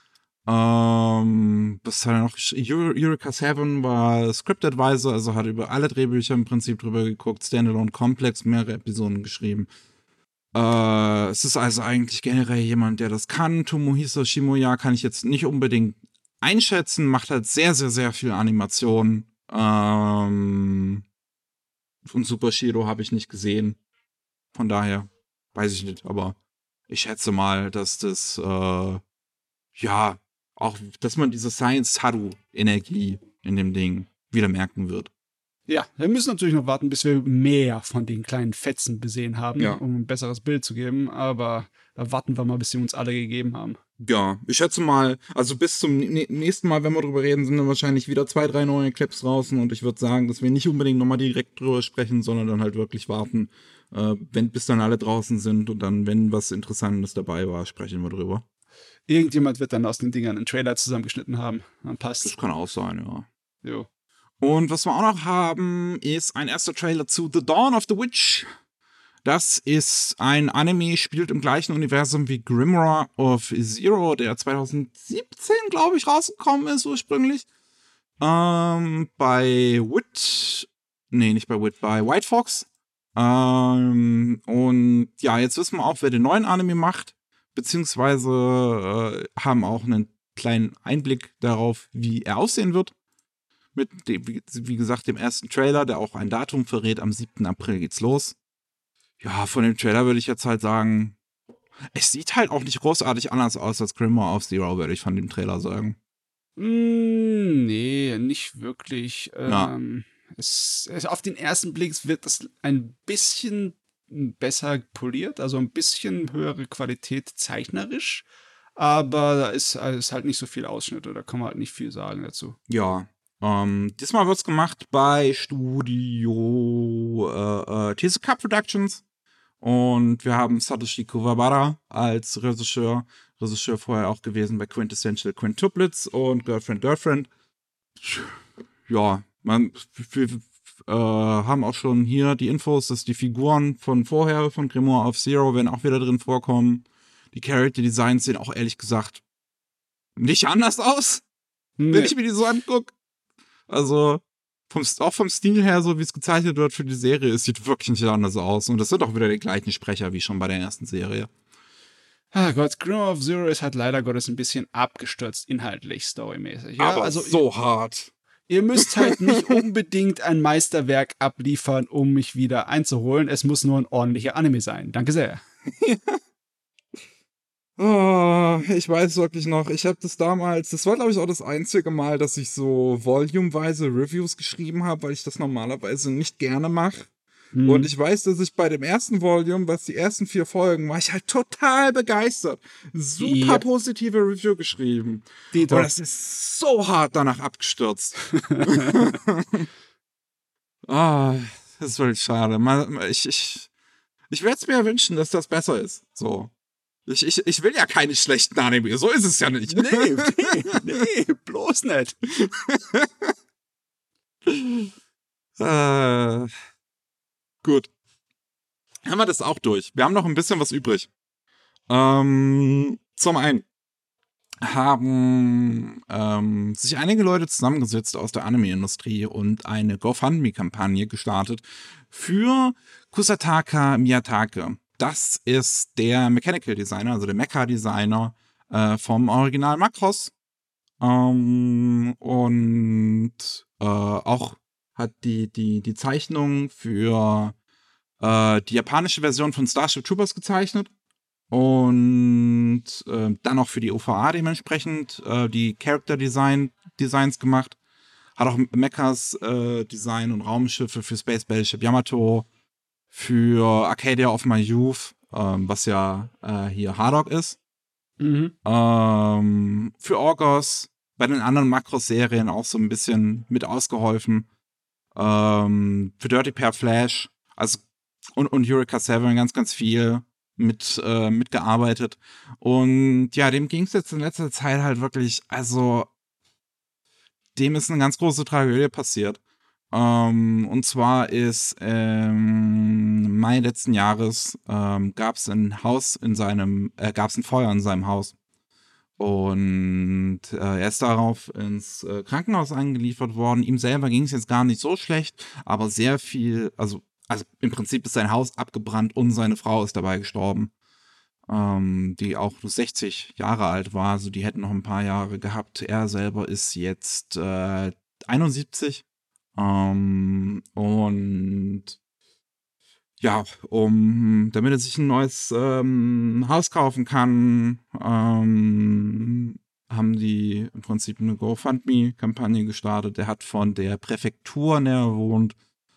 Ähm, was hat er noch geschrieben? Eu- Eureka seven war Script Advisor, also hat über alle Drehbücher im Prinzip drüber geguckt. Standalone Complex, mehrere Episoden geschrieben. Äh, es ist also eigentlich generell jemand, der das kann. Tomohisa Shimoya kann ich jetzt nicht unbedingt einschätzen, macht halt sehr, sehr, sehr viel Animation. Ähm, und Super Shiro habe ich nicht gesehen. Von daher weiß ich nicht, aber ich schätze mal, dass das, äh, ja, auch, dass man diese Science-Saru-Energie in dem Ding wieder merken wird. Ja, wir müssen natürlich noch warten, bis wir mehr von den kleinen Fetzen besehen haben, Ja. um ein besseres Bild zu geben. Aber da warten wir mal, bis sie uns alle gegeben haben. Ja, ich schätze mal, also bis zum nä- nächsten Mal, wenn wir drüber reden, sind dann wahrscheinlich wieder zwei, drei neue Clips draußen und ich würde sagen, dass wir nicht unbedingt nochmal direkt drüber sprechen, sondern dann halt wirklich warten, äh, wenn bis dann alle draußen sind und dann, wenn was Interessantes dabei war, sprechen wir drüber. Irgendjemand wird dann aus den Dingern einen Trailer zusammengeschnitten haben. Dann passt. Das kann auch sein, ja. Jo. Und was wir auch noch haben, ist ein erster Trailer zu The Dawn of the Witch. Das ist ein Anime, spielt im gleichen Universum wie Grimoire of Zero, der zwanzig siebzehn, glaube ich, rausgekommen ist ursprünglich. Ähm, bei Wit, nee, nicht bei Wit, bei White Fox. Ähm, und ja, jetzt wissen wir auch, wer den neuen Anime macht, beziehungsweise äh, haben auch einen kleinen Einblick darauf, wie er aussehen wird. Mit dem, wie, wie gesagt, dem ersten Trailer, der auch ein Datum verrät. Am siebten April geht's los. Ja, von dem Trailer würde ich jetzt halt sagen, es sieht halt auch nicht großartig anders aus als Grimoire of Zero, würde ich von dem Trailer sagen. Mm, nee, nicht wirklich. Ja. Ähm, es, es, auf den ersten Blick wird das ein bisschen besser poliert, also ein bisschen höhere Qualität zeichnerisch. Aber da ist, ist halt nicht so viel Ausschnitte, da kann man halt nicht viel sagen dazu. Ja. Ähm, diesmal wird's gemacht bei Studio äh, äh, Tezuka Productions. Und wir haben Satoshi Kuwabara als Regisseur. Regisseur vorher auch gewesen bei Quintessential Quintuplets und Girlfriend, Girlfriend. Ja, man, wir äh, haben auch schon hier die Infos, dass die Figuren von vorher, von Grimoire of Zero, werden auch wieder drin vorkommen. Die Character Designs sehen auch ehrlich gesagt nicht anders aus, Nee. wenn ich mir die so angucke. Also, vom, auch vom Stil her, so wie es gezeichnet wird für die Serie, es sieht wirklich nicht anders aus. Und das sind auch wieder die gleichen Sprecher wie schon bei der ersten Serie. Ah Gott, Grimoire of Zero ist halt leider Gottes ein bisschen abgestürzt, inhaltlich, storymäßig. Ja, Aber also so hart. ihr müsst halt nicht unbedingt ein Meisterwerk abliefern, um mich wieder einzuholen. Es muss nur ein ordentlicher Anime sein. Danke sehr. Oh, ich weiß wirklich noch, ich habe das damals, das war glaube ich auch das einzige Mal, dass ich so volumeweise Reviews geschrieben habe, weil ich das normalerweise nicht gerne mache. Hm. Und ich weiß, dass ich bei dem ersten Volume, was die ersten vier Folgen, war ich halt total begeistert. Super Yep. positive Review geschrieben. Die Und das ist so hart danach abgestürzt. Ah, das ist wirklich schade. Man, ich ich, ich werde es mir ja wünschen, dass das besser ist. So. Ich, ich, ich will ja keine schlechten Anime, so ist es ja nicht. Nee, nee, nee, bloß nicht. äh, gut. Haben wir das auch durch. Wir haben noch ein bisschen was übrig. Ähm, zum einen haben ähm, sich einige Leute zusammengesetzt aus der Anime-Industrie und eine GoFundMe-Kampagne gestartet für Kusataka Miyatake. Das ist der Mechanical Designer, also der Mecha-Designer äh, vom Original Macross. Ähm, und äh, auch hat die, die, die Zeichnung für äh, die japanische Version von Starship Troopers gezeichnet. Und äh, dann auch für die O V A dementsprechend äh, die Character Design Designs gemacht. Hat auch Mechas äh, Design und Raumschiffe für Space Battleship Yamato, für Arcadia of My Youth, ähm, was ja äh, hier Hardog ist. Mhm. Ähm, für Orgos, bei den anderen Macross-Serien auch so ein bisschen mit ausgeholfen. Ähm, für Dirty Pair Flash, also und, und Eureka Seven ganz, ganz viel mit äh, mitgearbeitet. Und ja, dem ging es jetzt in letzter Zeit halt wirklich, also dem ist eine ganz große Tragödie passiert. Ähm, und zwar ist ähm, Mai letzten Jahres ähm, gab es ein Haus in seinem, äh, gab es ein Feuer in seinem Haus. Und äh, er ist darauf ins äh, Krankenhaus eingeliefert worden. Ihm selber ging es jetzt gar nicht so schlecht, aber sehr viel, also Also im Prinzip ist sein Haus abgebrannt und seine Frau ist dabei gestorben, ähm, die auch nur sechzig Jahre alt war. Also die hätten noch ein paar Jahre gehabt. Er selber ist jetzt äh, einundsiebzig. Ähm, und ja, um damit er sich ein neues ähm, Haus kaufen kann, ähm, haben die im Prinzip eine GoFundMe-Kampagne gestartet. Der hat von der Präfektur, in der er wohnt,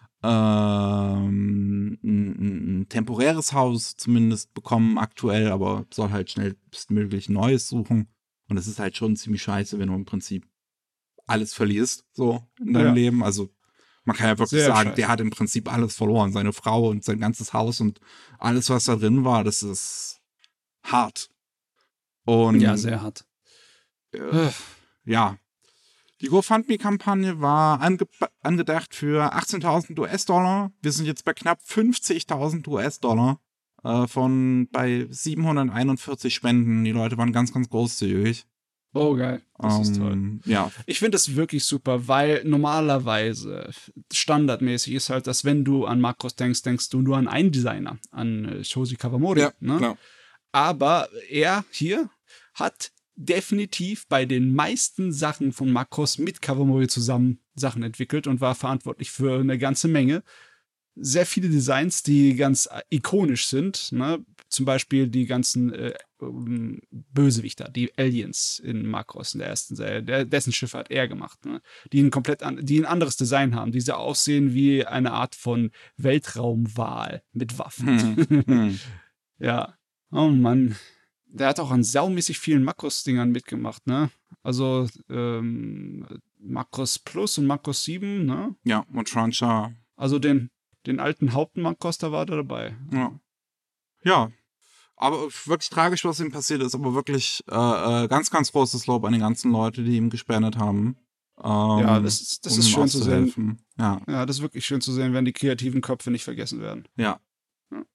ähm, ein, ein temporäres Haus zumindest bekommen aktuell, aber soll halt schnellstmöglich ein neues suchen. Und es ist halt schon ziemlich scheiße, wenn du im Prinzip alles verlierst, so in deinem Ja. Leben. Also man kann ja wirklich Sehr sagen, scheiße. der hat im Prinzip alles verloren. Seine Frau und sein ganzes Haus und alles, was da drin war, das ist hart. Und Ja, sehr hart. äh, ja, die GoFundMe-Kampagne war ange angedacht für achtzehntausend US-Dollar. Wir sind jetzt bei knapp fünfzigtausend US-Dollar äh, von bei siebenhunderteinundvierzig Spenden. Die Leute waren ganz, ganz großzügig. Oh, geil. Das ist toll. Ähm, Ja, Ich finde das wirklich super, weil normalerweise standardmäßig ist halt, dass wenn du an Makros denkst, denkst du nur an einen Designer, an äh, Shoji Kawamori. ne? klar. Aber er hier hat definitiv bei den meisten Sachen von Makros mit Kawamori zusammen Sachen entwickelt und war verantwortlich für eine ganze Menge. Sehr viele Designs, die ganz ikonisch sind, ne? Zum Beispiel die ganzen äh, ähm, Bösewichter, die Aliens in Makros in der ersten Serie, der, dessen Schiffe hat er gemacht, ne? Die ein komplett an, die ein anderes Design haben, die so aussehen wie eine Art von Weltraumwal mit Waffen. Hm, hm. Ja, oh Mann. Der hat auch an saumäßig vielen Makros-Dingern mitgemacht, ne? Also ähm, Makros Plus und Makros sieben, ne? Ja, und Trancha. Also den, den alten Hauptmakros, da war der dabei. Ja. Ja. Aber wirklich tragisch, was ihm passiert ist, aber wirklich äh, äh, ganz, ganz großes Lob an die ganzen Leute, die ihm gespendet haben. Ähm, Ja, das ist, das um ist ihm schön zu sehen. auszuhelfen. Ja, Ja, das ist wirklich schön zu sehen, wenn die kreativen Köpfe nicht vergessen werden. ja. Ja.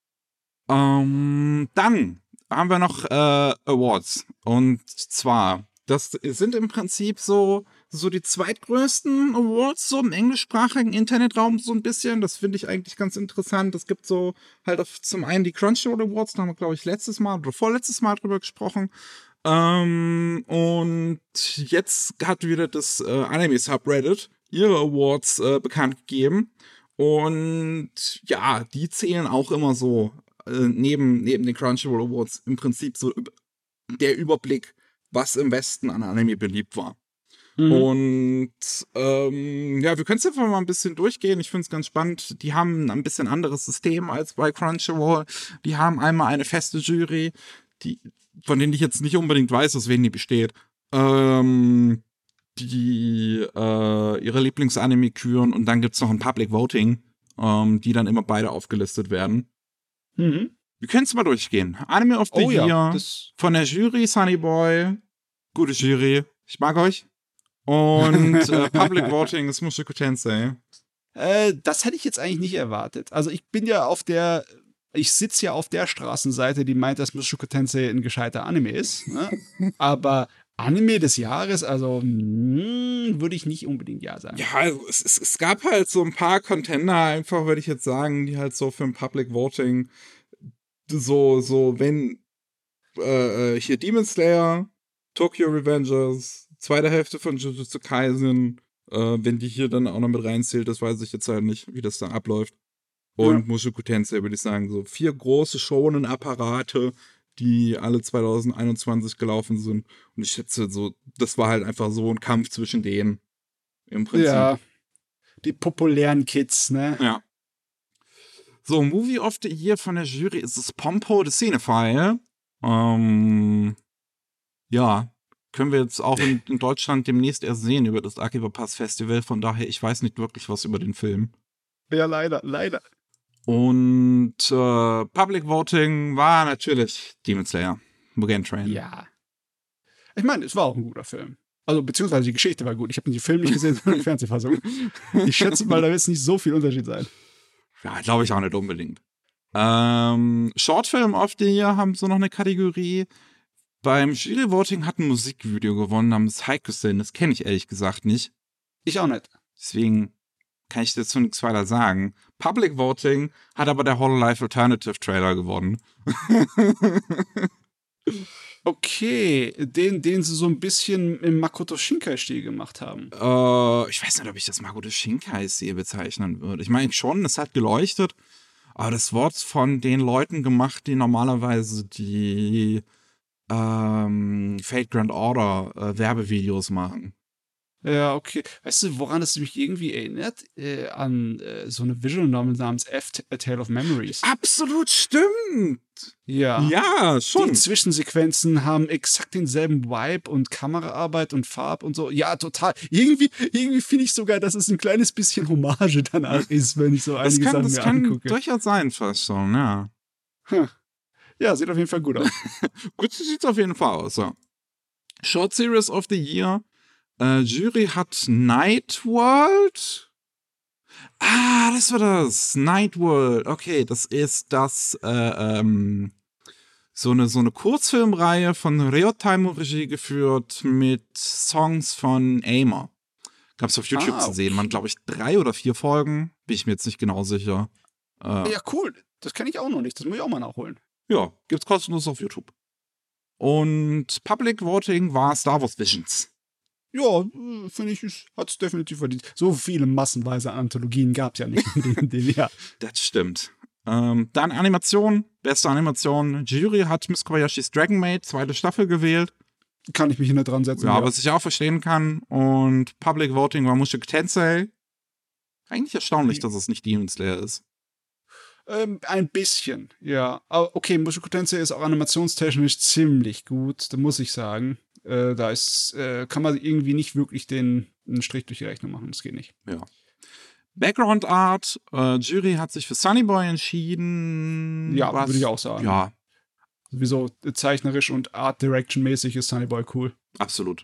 Ähm, dann haben wir noch äh, Awards. Und zwar, das sind im Prinzip so, so die zweitgrößten Awards so im englischsprachigen Internetraum so ein bisschen. Das finde ich eigentlich ganz interessant. Es gibt so halt auf, zum einen die Crunchyroll Awards, da haben wir, glaube ich, letztes Mal oder vorletztes Mal drüber gesprochen. Ähm, und jetzt hat wieder das äh, Anime-Subreddit ihre Awards äh, bekannt gegeben. Und ja, die zählen auch immer so äh, neben, neben den Crunchyroll Awards im Prinzip so der Überblick, was im Westen an Anime beliebt war. Mhm. Und ähm, ja, wir können es einfach mal ein bisschen durchgehen. Ich finde es ganz spannend. Die haben ein bisschen anderes System als bei Crunchyroll. Die haben einmal eine feste Jury, die, von denen ich jetzt nicht unbedingt weiß, aus wen die besteht, ähm, die äh, ihre Lieblingsanime küren, und dann gibt es noch ein Public Voting, ähm, die dann immer beide aufgelistet werden. Mhm. Wir können es mal durchgehen. Anime of the Oh Year ja, das, von der Jury, Sunny Boy. Gute Jury. Ich mag euch. Und äh, Public Voting ist Mushoku Tensei. äh, das hätte ich jetzt eigentlich nicht erwartet. Also ich bin ja auf der, ich sitze ja auf der Straßenseite, die meint, dass Mushoku Tensei ein gescheiter Anime ist. Ne? Aber Anime des Jahres, also mh, würde ich nicht unbedingt ja sagen. Ja, also es, es, es gab halt so ein paar Contender, einfach würde ich jetzt sagen, die halt so für ein Public Voting so, so, wenn äh, hier Demon Slayer, Tokyo Revengers, zweite Hälfte von Jujutsu Kaisen, äh, wenn die hier dann auch noch mit reinzählt, das weiß ich jetzt halt nicht, wie das dann abläuft. Und Ja. Mushoku Tensei, würde ich sagen, so vier große Shonen-Apparate, die alle zwanzig einundzwanzig gelaufen sind. Und ich schätze, so, das war halt einfach so ein Kampf zwischen denen. Im Prinzip. Ja, die populären Kids, ne? Ja. So, Movie of the Year von der Jury ist es Pompo the Cinephile. Ähm, ja, können wir jetzt auch in, in Deutschland demnächst erst sehen über das Akiba Pass Festival. Von daher, ich weiß nicht wirklich was über den Film. Ja, leider, leider. Und äh, Public Voting war natürlich Demon Slayer, Mugen Train. Ja. Ich meine, es war auch ein guter Film. Also, beziehungsweise die Geschichte war gut. Ich habe den Film nicht gesehen, sondern die Fernsehfassung. Ich schätze mal, da wird es nicht so viel Unterschied sein. Ja, glaube ich auch nicht unbedingt. Ähm, Shortfilm of the Year haben so noch eine Kategorie. Beim Jury Voting hat ein Musikvideo gewonnen namens Haikusen. Das kenne ich ehrlich gesagt nicht. Ich auch nicht. Deswegen kann ich dazu nichts weiter sagen. Public Voting hat aber der Hololive Alternative Trailer gewonnen. Okay, den, den sie so ein bisschen im Makoto Shinkai-Stil gemacht haben. Äh, ich weiß nicht, ob ich das Makoto Shinkai-Stil bezeichnen würde. Ich meine schon, es hat geleuchtet, aber das Wort von den Leuten gemacht, die normalerweise die ähm, Fate Grand Order äh, Werbevideos machen. Ja, okay. Weißt du, woran es mich irgendwie erinnert? Äh, an äh, so eine Visual Novel namens F, A Tale of Memories. Absolut stimmt! Ja. Ja, schon. Die Zwischensequenzen haben exakt denselben Vibe und Kameraarbeit und Farb und so. Ja, total. Irgendwie, irgendwie finde ich sogar, dass es ein kleines bisschen Hommage danach ist, wenn ich so einige das kann, Sachen das mir kann angucke. durchaus sein, fast schon, ja. Hm. Ja, sieht auf jeden Fall gut aus. Gut sieht's auf jeden Fall aus, ja. Short Series of the Year. Äh, Jury hat Night World. Ah, das war das. Night World. Okay, das ist das, äh, ähm, so eine, so eine Kurzfilmreihe von Ryotime Regie geführt mit Songs von Aimer. Gab's auf YouTube Ah, zu sehen. Man, glaube ich, drei oder vier Folgen. Bin ich mir jetzt nicht genau sicher. Äh, Ja, cool. Das kenne ich auch noch nicht. Das muss ich auch mal nachholen. ja, gibt's kostenlos auf YouTube. Und Public Voting war Star Wars Visions. Ja, äh, finde ich, hat es definitiv verdient. So viele massenweise Anthologien gab es ja nicht in dem, dem Jahr. Das stimmt. Ähm, dann Animation, beste Animation. Jury hat Miss Kobayashis Dragon Maid, zweite Staffel gewählt. Kann ich mich hinter dran setzen. Ja, was ich auch verstehen kann. Und Public Voting war Mushoku Tensei. Eigentlich erstaunlich, dass es nicht Demon Slayer ist. Ähm, ein bisschen, ja. Aber okay, Mushoku Tensei ist auch animationstechnisch ziemlich gut, da muss ich sagen. Äh, da ist, äh, kann man irgendwie nicht wirklich den einen Strich durch die Rechnung machen. Das geht nicht. Ja. Background Art. Äh, Jury hat sich für Sunny Boy entschieden. Ja, Was- würde ich auch sagen. Ja, Sowieso äh, zeichnerisch und Art Direction mäßig ist Sunny Boy cool. absolut.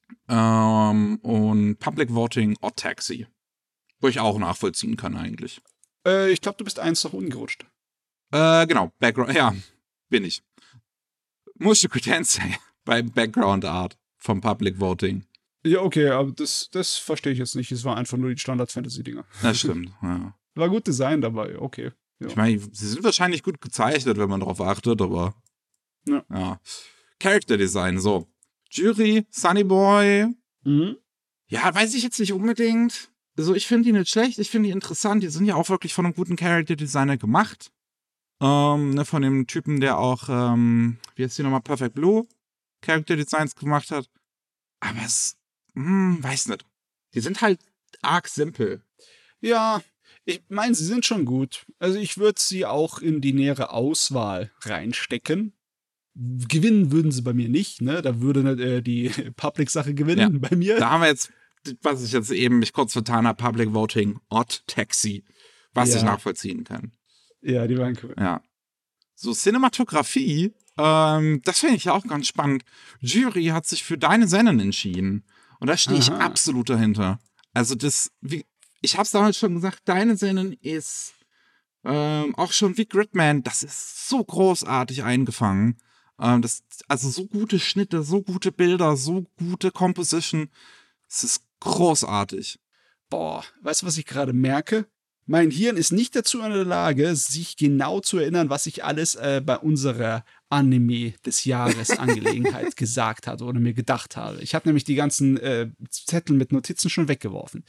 Ähm, und Public Voting Odd Taxi. Wo ich auch nachvollziehen kann eigentlich. Äh, ich glaube, du bist eins nach unten gerutscht. Äh, genau, Background, ja, bin ich. Mushoku Tensei bei Background Art vom Public Voting. Ja, okay, aber das, das verstehe ich jetzt nicht. Es war einfach nur die Standard-Fantasy-Dinger. Das stimmt, ja. War gut Design dabei, okay. Ja. Ich meine, sie sind wahrscheinlich gut gezeichnet, wenn man darauf achtet, aber Ja. ja. Character Design, so. Jury, Sunny Boy. Mhm. Ja, weiß ich jetzt nicht unbedingt. Also ich finde die nicht schlecht, ich finde die interessant. Die sind ja auch wirklich von einem guten Character Designer gemacht. Ähm, ne, von dem Typen, der auch, ähm, wie heißt die nochmal, Perfect Blue Character Designs gemacht hat. Aber es, hm, weiß nicht. Die sind halt arg simpel. Ja, ich meine, sie sind schon gut. Also ich würde sie auch in die nähere Auswahl reinstecken. Gewinnen würden sie bei mir nicht, ne? Da würde äh, die Public-Sache gewinnen bei mir. Da haben wir jetzt, was ich jetzt eben mich kurz vertan habe, Public Voting, Odd Taxi, was Ja. ich nachvollziehen kann. Ja, die waren cool. Ja. So, Cinematografie, ähm, das finde ich ja auch ganz spannend. Jury hat sich für Deine Sennen entschieden. Und da stehe ich Aha. absolut dahinter. Also das, wie, ich habe es damals schon gesagt, Deine Sennen ist ähm, auch schon wie Gridman, das ist so großartig eingefangen. Ähm, das, also so gute Schnitte, so gute Bilder, so gute Composition. Es ist großartig. Boah, weißt du, was ich gerade merke? Mein Hirn ist nicht dazu in der Lage, sich genau zu erinnern, was ich alles äh, bei unserer Anime des Jahres Angelegenheit gesagt hatte oder mir gedacht habe. Ich habe nämlich die ganzen äh, Zettel mit Notizen schon weggeworfen.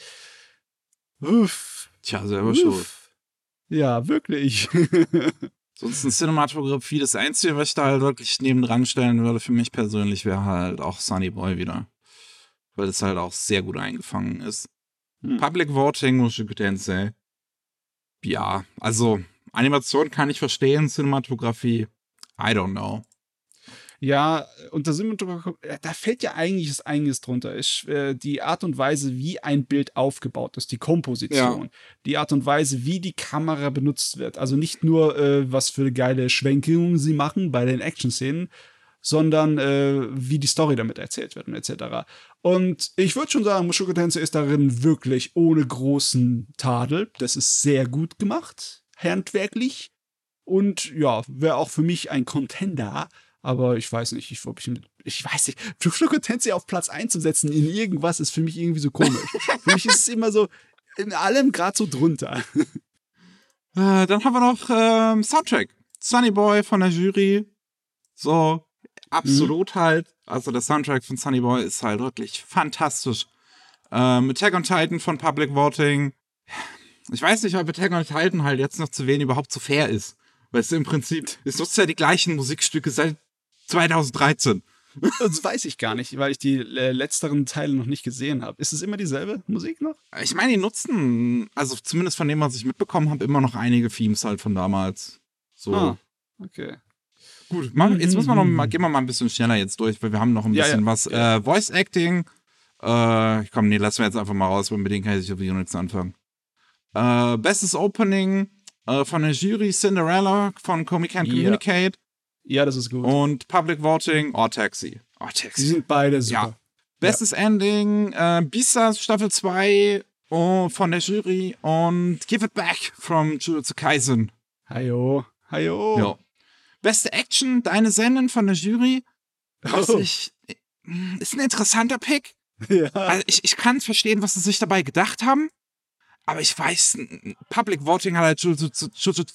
Uff. Tja, selber schuld. Uff. Ja, wirklich. Sonst eine Cinematografie, das Einzige, was ich da halt wirklich nebendran stellen würde, für mich persönlich, wäre halt auch Sunny Boy wieder. Weil es halt auch sehr gut eingefangen ist. Hm. Public Voting, Mushoku Tensei. Ja, also Animation kann ich verstehen, Cinematografie, I don't know. Ja, und da sind wir drüber, da fällt ja eigentlich das einiges drunter. Ich, äh, die Art und Weise, wie ein Bild aufgebaut ist, die Komposition, Ja. die Art und Weise, wie die Kamera benutzt wird. Also nicht nur, äh, was für geile Schwenkungen sie machen bei den Action-Szenen, sondern äh, wie die Story damit erzählt wird und et cetera. Und ich würde schon sagen, Mushoku Tensei ist darin wirklich ohne großen Tadel. Das ist sehr gut gemacht, handwerklich. Und ja, wäre auch für mich ein Contender. Aber ich weiß nicht, ich, ob ich, ich weiß nicht, Mushoku Tensei auf Platz eins zu setzen in irgendwas ist für mich irgendwie so komisch. Für mich ist es immer so, in allem gerade so drunter. Äh, dann haben wir noch ähm, Soundtrack. Sunny Boy von der Jury. So, absolut halt. Also der Soundtrack von Sunny Boy ist halt wirklich fantastisch. Ähm, Attack on Titan von Public Voting. Ich weiß nicht, ob Attack on Titan halt jetzt noch zu wählen überhaupt so fair ist. Weil es im Prinzip, es nutzt ja die gleichen Musikstücke seit zweitausenddreizehn. Das weiß ich gar nicht, weil ich die äh, letzteren Teile noch nicht gesehen habe. Ist es immer dieselbe Musik noch? Ich meine, die nutzen, also zumindest von dem, was ich mitbekommen habe, immer noch einige Themes halt von damals. So. Ah, okay. Gut, mal, jetzt müssen wir noch mal, gehen wir mal ein bisschen schneller jetzt durch, weil wir haben noch ein Ja, bisschen ja. was. Äh, Voice Acting. Äh, komm, nee, lassen wir jetzt einfach mal raus, weil mit denen kann ich sowieso nichts anfangen. Äh, bestes Opening äh, von der Jury Cinderella von Comic Can't Ja. Communicate. Ja, das ist gut. Und Public Voting, oh Taxi. Oh Die Taxi. sind beide super. Ja. Bestes Ending, äh, Beastars Staffel zwei oh, von der Jury und Give It Back from Jujutsu Kaisen. Hajo, hajo. Ja. Beste Action, Deine Senden von der Jury. Was Oh. ich, ist ein interessanter Pick. Ja. Also ich, ich kann verstehen, was sie sich dabei gedacht haben. Aber ich weiß, Public Voting hat halt Jujutsu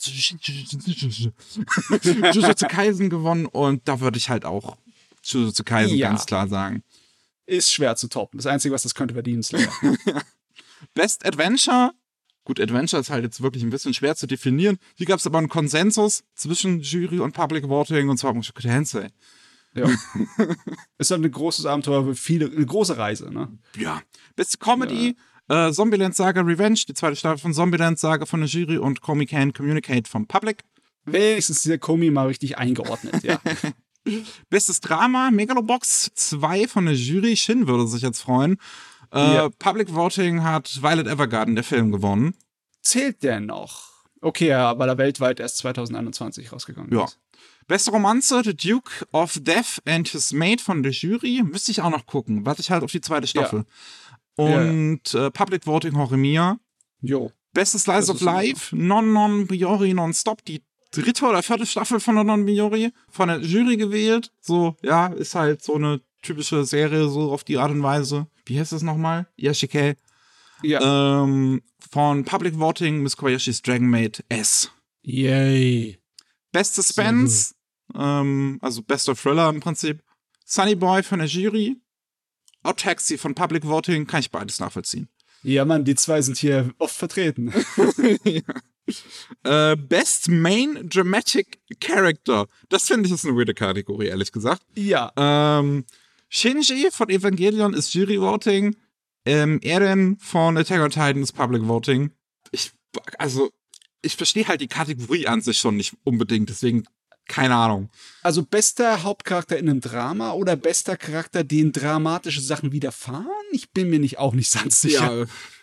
Jujutsu Kaisen gewonnen und da würde ich halt auch Jujutsu Kaisen Ja. ganz klar sagen. Ist schwer zu toppen. Das Einzige, was das könnte, wäre Demon Slayer. Best Adventure. Gut, Adventure ist halt jetzt wirklich ein bisschen schwer zu definieren. Hier gab es aber einen Konsensus zwischen Jury und Public Voting und zwar Mushoku Tensei. Ja. Ist halt ein großes Abenteuer für viele, eine große Reise, ne? Ja. Beste Comedy, äh, Zombieland Saga Revenge, die zweite Staffel von Zombieland Saga von der Jury und Comic Can't Communicate vom Public. Wenigstens der Komi mal richtig eingeordnet, ja. Bestes Drama, Megalobox zwei von der Jury. Shin würde sich jetzt freuen. Äh, Ja. Public Voting hat Violet Evergarden, der Film, gewonnen. Zählt der noch? Okay, ja, weil er weltweit erst zwanzig einundzwanzig rausgegangen Ja. ist. Beste Romanze, The Duke of Death and His Mate von der Jury. Müsste ich auch noch gucken. Warte ich halt auf die zweite Staffel. Und Äh, Public Voting Horimiya. Jo. Beste Slice Das of ist super. Life, Non Non Biori Non-Stop, die dritte oder vierte Staffel von Non Non Biori, von der Jury gewählt. So, ja, ist halt so eine typische Serie, so auf die Art und Weise. Wie heißt das nochmal? Yashike. Ja. Ähm, von Public Voting Miss Kobayashi's Dragon Maid S. Yay. Best Suspense, ähm, also bester Thriller im Prinzip. Sunny Boy von der Jury. Out Taxi von Public Voting, kann ich beides nachvollziehen. Ja, Mann, die zwei sind hier oft vertreten. Äh, Best Main Dramatic Character. Das finde ich ist eine weirde Kategorie, ehrlich gesagt. Ja. Ähm, Shinji von Evangelion ist Jury Voting. Ähm, Eren von Attack on Titan ist Public Voting. Ich, also, ich verstehe halt die Kategorie an sich schon nicht unbedingt, deswegen keine Ahnung. Also bester Hauptcharakter in einem Drama oder bester Charakter, den dramatische Sachen widerfahren? Ich bin mir nicht auch nicht ganz sicher. Ja.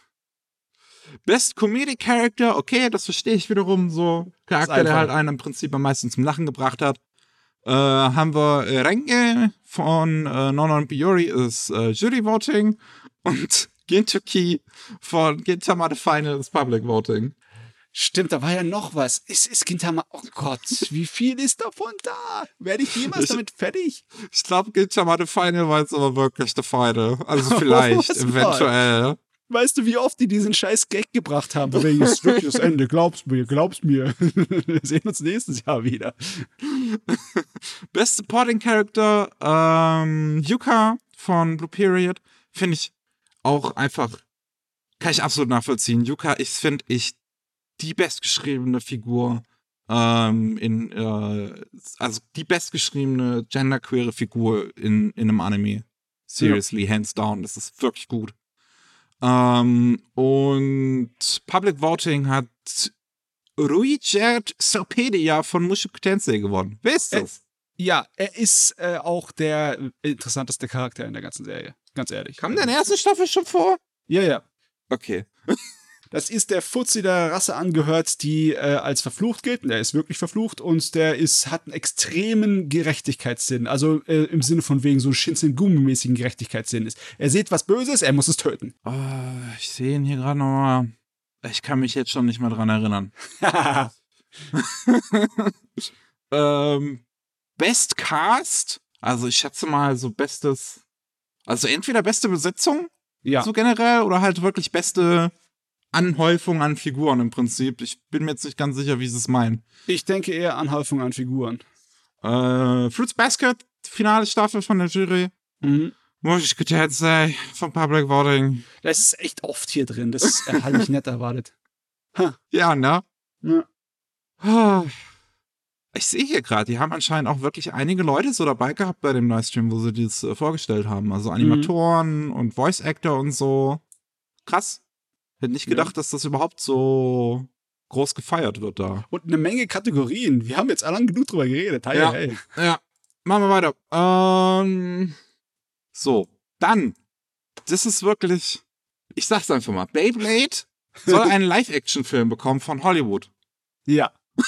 Best Comedic Character, okay, das verstehe ich wiederum so. Charakter, der einfach. halt einen im Prinzip am meisten zum Lachen gebracht hat. Äh, haben wir äh, Renge von äh, Non Non Biori ist äh, Jury Voting und Gintoki von Gintama The Final ist Public Voting. Stimmt, da war ja noch was. Ist, ist Gintama, oh Gott, wie viel ist davon da? Werde ich jemals Ich- damit fertig? Ich glaube, Gintama The Final war jetzt aber wirklich The Final. Also vielleicht, Was eventuell. Weißt du, wie oft die diesen scheiß Gag gebracht haben? Wegen ist wirklich das Ende, glaubst mir, glaubst mir. Wir sehen uns nächstes Jahr wieder. Best Supporting Character, ähm, Yuka von Blue Period, finde ich auch einfach, kann ich absolut nachvollziehen. Yuka ist, finde ich, die bestgeschriebene Figur ähm, in, äh, also die bestgeschriebene genderqueere Figur in, in einem Anime. Seriously, hands down, das ist wirklich gut. Ähm, und Public Voting hat Ruijert Sopedia von Mushoku Tensei gewonnen. Wer ist das? Ja, er ist äh, auch der interessanteste Charakter in der ganzen Serie. Ganz ehrlich. Kam der in der ersten Staffel schon vor? Ja, ja. Okay. Das ist der Fuzzi der Rasse angehört, die äh, als verflucht gilt. Der ist wirklich verflucht und der ist, hat einen extremen Gerechtigkeitssinn. Also äh, im Sinne von wegen so Shinsengumi-mäßigen Gerechtigkeitssinn ist. Er sieht was Böses, er muss es töten. Oh, ich sehe ihn hier gerade nochmal. Ich kann mich jetzt schon nicht mehr dran erinnern. ähm, Best Cast? Also ich schätze mal so bestes, also entweder beste Besetzung, Ja. so generell, oder halt wirklich beste Anhäufung an Figuren im Prinzip. Ich bin mir jetzt nicht ganz sicher, wie sie es meinen. Ich denke eher Anhäufung an Figuren. Äh, Fruits Basket, finale Staffel von der Jury. Mhm. Mushoku Tensei von Public Voting. Das ist echt oft hier drin. Das äh, hatte ich nicht erwartet. Ja, ne? Ja. Ah. Ich sehe hier gerade, die haben anscheinend auch wirklich einige Leute so dabei gehabt bei dem Livestream, wo sie das äh, vorgestellt haben. Also Animatoren mhm. und Voice Actor und so. Krass. Hätte nicht gedacht, ja. dass das überhaupt so groß gefeiert wird da. Und eine Menge Kategorien. Wir haben jetzt lang genug drüber geredet. Hey, ja. hey. ja. Machen wir weiter. Ähm, so, dann. Das ist wirklich, ich sag's einfach mal, Beyblade soll einen Live-Action-Film bekommen von Hollywood. Ja.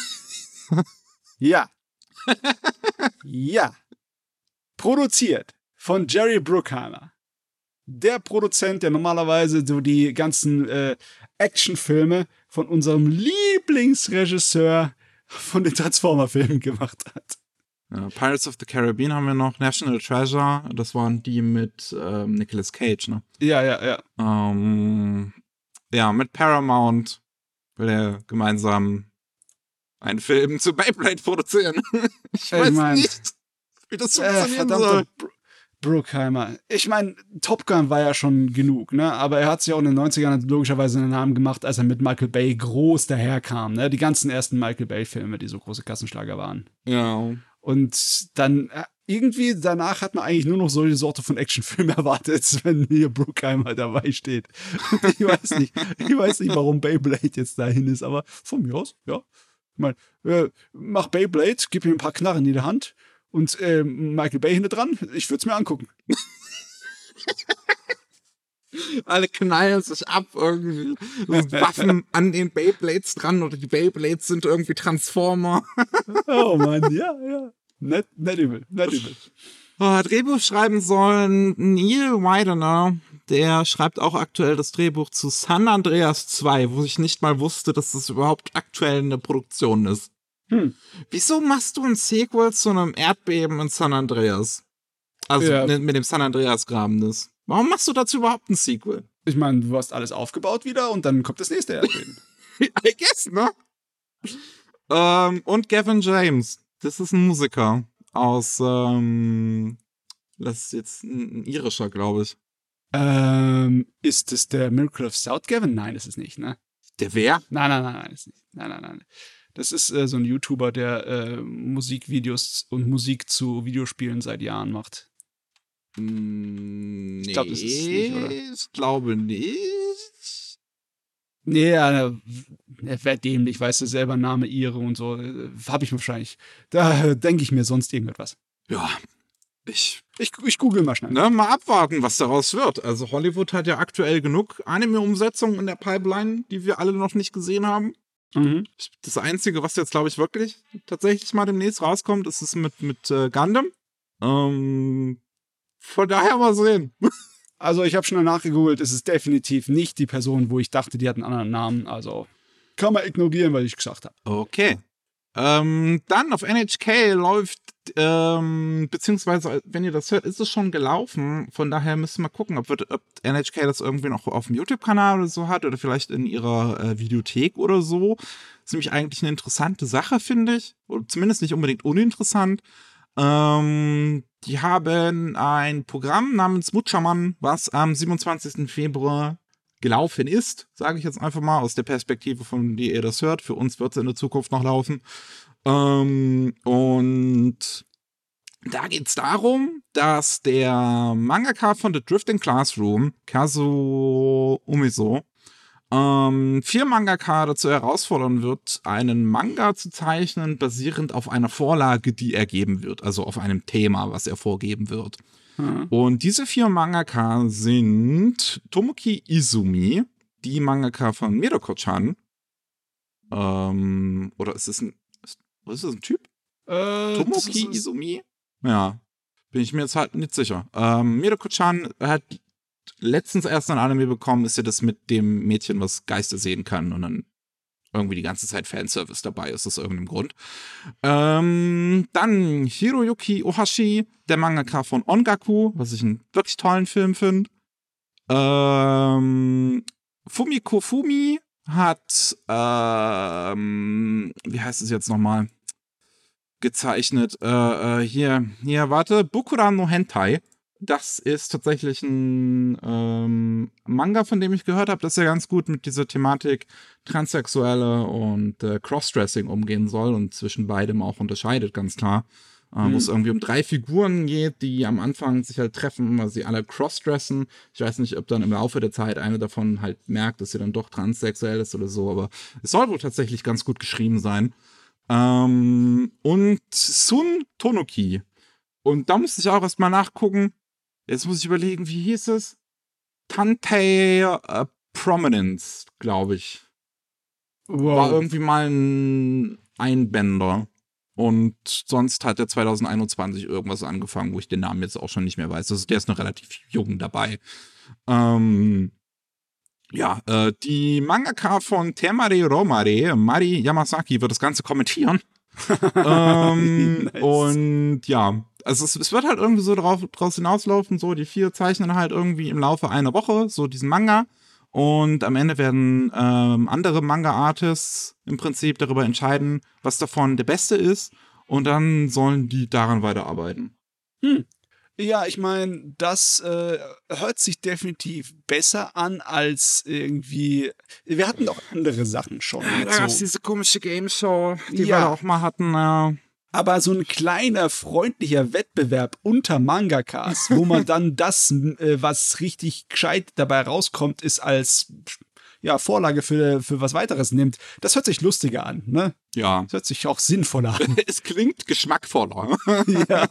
ja. ja. Produziert von Jerry Bruckheimer. Der Produzent, der normalerweise so die ganzen äh, Actionfilme von unserem Lieblingsregisseur von den Transformer-Filmen gemacht hat. Ja, Pirates of the Caribbean haben wir noch, National Treasure, das waren die mit ähm, Nicolas Cage, ne? Ja, ja, ja. Ähm, ja, mit Paramount will er gemeinsam einen Film zu Beyblade produzieren. ich weiß ich mein, nicht, wie das funktionieren äh, soll. Br- Bruckheimer. Ich meine, Top Gun war ja schon genug, ne? Aber er hat sich auch in den neunzigern logischerweise einen Namen gemacht, als er mit Michael Bay groß daherkam, ne? Die ganzen ersten Michael Bay-Filme, die so große Kassenschlager waren. Ja. Und dann irgendwie danach hat man eigentlich nur noch solche Sorte von Actionfilmen erwartet, wenn hier Bruckheimer dabei steht. Und ich weiß nicht, ich weiß nicht, warum Beyblade jetzt dahin ist, aber von mir aus, ja. Ich meine, äh, mach Beyblade, gib mir ein paar Knarren in die Hand und äh, Michael Bay hinter dran, ich würde es mir angucken. Alle knallen sich ab irgendwie. Und Waffen an den Beyblades dran oder die Beyblades sind irgendwie Transformer. Oh Mann, ja, ja. Nicht, nicht übel, nicht übel. Oh, Drehbuch schreiben sollen Neil Widener. Der schreibt auch aktuell das Drehbuch zu San Andreas zwei, wo ich nicht mal wusste, dass das überhaupt aktuell eine Produktion ist. Hm. Wieso machst du ein Sequel zu einem Erdbeben in San Andreas? Also ja. mit dem San Andreas-Graben. Warum machst du dazu überhaupt ein Sequel? Ich meine, du hast alles aufgebaut wieder und dann kommt das nächste Erdbeben. I guess, ne? ähm, und Gavin James. Das ist ein Musiker aus, ähm, das ist jetzt ein, ein irischer, glaube ich. Ähm, ist das der Miracle of South Gavin? Nein, das ist nicht, ne? Der wer? Nein, nein, nein, nein, das ist nicht. Nein, nein, nein. Das ist äh, so ein YouTuber, der äh, Musikvideos und Musik zu Videospielen seit Jahren macht. Mm, nee, ich glaube, das ist nicht, oder? Ich glaube nicht. Nee, ja, er wäre dämlich, weißt du, selber Name ihre und so. Hab ich wahrscheinlich. Da denke ich mir sonst irgendetwas. Ja, ich, ich, ich google mal schnell. Ne, mal abwarten, was daraus wird. Also Hollywood hat ja aktuell genug Anime-Umsetzungen in der Pipeline, die wir alle noch nicht gesehen haben. Mhm. Das Einzige, was jetzt, glaube ich, wirklich tatsächlich mal demnächst rauskommt, ist es mit, mit äh, Gundam. Ähm, von daher mal sehen. Also ich habe schnell nachgegoogelt, es ist definitiv nicht die Person, wo ich dachte, die hat einen anderen Namen. Also kann man ignorieren, weil ich gesagt habe. Okay. Ähm, dann auf N H K läuft, ähm, beziehungsweise, wenn ihr das hört, ist es schon gelaufen. Von daher müssen wir gucken, ob, wird, ob N H K das irgendwie noch auf dem YouTube-Kanal oder so hat oder vielleicht in ihrer äh, Videothek oder so. Das ist nämlich eigentlich eine interessante Sache, finde ich. Oder zumindest nicht unbedingt uninteressant. Ähm, die haben ein Programm namens Mutschermann, was am siebenundzwanzigsten Februar gelaufen ist, sage ich jetzt einfach mal, aus der Perspektive, von der ihr das hört. Für uns wird es in der Zukunft noch laufen. Ähm, und da geht es darum, dass der Mangaka von The Drifting Classroom, Kazuo Umiso, ähm, vier Mangaka dazu herausfordern wird, einen Manga zu zeichnen, basierend auf einer Vorlage, die er geben wird, also auf einem Thema, was er vorgeben wird. Mhm. Und diese vier Mangaka sind Tomoki Izumi, die Mangaka von Medoko-chan. Ähm, oder ist es ein, ist, ist das ein Typ? Äh, Tomoki Izumi? Ja, bin ich mir jetzt halt nicht sicher. Ähm, Medoko-chan hat letztens erst ein Anime bekommen, ist ja das mit dem Mädchen, was Geister sehen kann und dann irgendwie die ganze Zeit Fanservice dabei ist, aus irgendeinem Grund. Ähm, dann Hiroyuki Ohashi, der Mangaka von Ongaku, was ich einen wirklich tollen Film finde. Ähm, Fumiko Fumi hat, ähm, wie heißt es jetzt nochmal, gezeichnet. Äh, äh, hier, hier, warte, Bukura no Hentai. das ist tatsächlich ein ähm, Manga, von dem ich gehört habe, dass er ganz gut mit dieser Thematik Transsexuelle und äh, Crossdressing umgehen soll und zwischen beidem auch unterscheidet, ganz klar. Äh, Mhm. Wo es irgendwie um drei Figuren geht, die am Anfang sich halt treffen, weil sie alle crossdressen. Ich weiß nicht, ob dann im Laufe der Zeit eine davon halt merkt, dass sie dann doch transsexuell ist oder so, aber es soll wohl tatsächlich ganz gut geschrieben sein. Ähm, und Sun Tonoki. Und da musste ich auch erstmal nachgucken. Jetzt muss ich überlegen, wie hieß es? Tantei äh, Prominence, glaube ich. War Wow. irgendwie mal ein Einbänder. Und sonst hat er zwanzig einundzwanzig irgendwas angefangen, wo ich den Namen jetzt auch schon nicht mehr weiß. Also der ist noch relativ jung dabei. Ähm, ja, äh, die Mangaka von Temare Romare, Mari Yamasaki, wird das Ganze kommentieren. ähm, Nice. Und ja, also es, es wird halt irgendwie so drauf, draus hinauslaufen, so die vier zeichnen halt irgendwie im Laufe einer Woche so diesen Manga und am Ende werden ähm, andere Manga-Artists im Prinzip darüber entscheiden, was davon der beste ist und dann sollen die daran weiterarbeiten. Ja, ich meine, das äh, hört sich definitiv besser an als irgendwie. Wir hatten auch andere Sachen schon. mit Da gab's so, diese komische Game Show, die Ja. wir da auch mal hatten. Ja. aber so ein kleiner, freundlicher Wettbewerb unter Mangakas, wo man dann das, äh, was richtig gescheit dabei rauskommt, ist als ja, Vorlage für, für was weiteres nimmt, das hört sich lustiger an, ne? Ja. Das hört sich auch sinnvoller an. Es klingt geschmackvoller. Ja.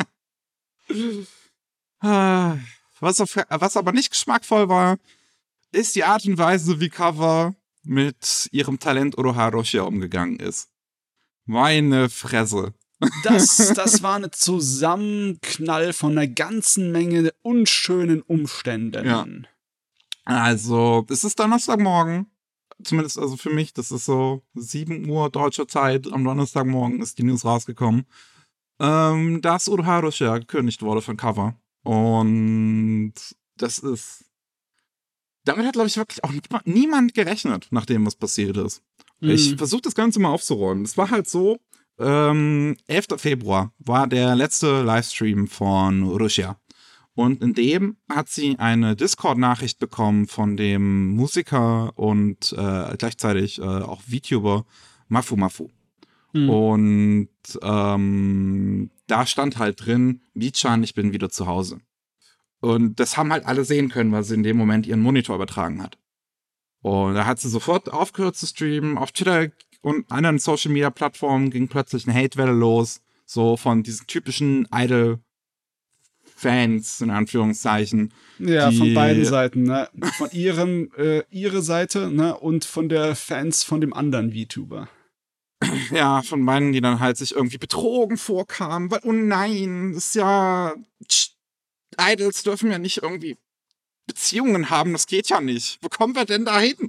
Ah, Was, auf, was aber nicht geschmackvoll war, ist die Art und Weise, wie Cover mit ihrem Talent Oroha Roshia umgegangen ist. Meine Fresse. Das, das war ein Zusammenknall von einer ganzen Menge unschönen Umständen. Ja. Also, es ist Donnerstagmorgen. Zumindest also für mich, das ist so sieben Uhr deutscher Zeit. Am Donnerstagmorgen ist die News rausgekommen. Ähm, dass Oroha Roshia gekündigt wurde von Cover. Und das ist. Damit hat, glaube ich, wirklich auch niemand, niemand gerechnet, nachdem was passiert ist. Mhm. Ich versuche das Ganze mal aufzuräumen. Es war halt so, ähm, elfter Februar war der letzte Livestream von Roshia. Und in dem hat sie eine Discord-Nachricht bekommen von dem Musiker und äh, gleichzeitig äh, auch VTuber Mafu Mafu. Mhm. Und ähm, da stand halt drin, Michan, ich bin wieder zu Hause. Und das haben halt alle sehen können, weil sie in dem Moment ihren Monitor übertragen hat. Und da hat sie sofort aufgehört zu streamen. Auf Twitter und anderen Social-Media-Plattformen ging plötzlich eine Hatewelle los. So von diesen typischen Idol-Fans, in Anführungszeichen. Ja, die- von beiden Seiten, ne? Von ihrem, äh, ihre Seite, ne? Und von der Fans von dem anderen VTuber. Ja, von beiden, die dann halt sich irgendwie betrogen vorkamen. Weil, oh nein, das ist ja... Idols dürfen ja nicht irgendwie Beziehungen haben, das geht ja nicht. Wo kommen wir denn da hin?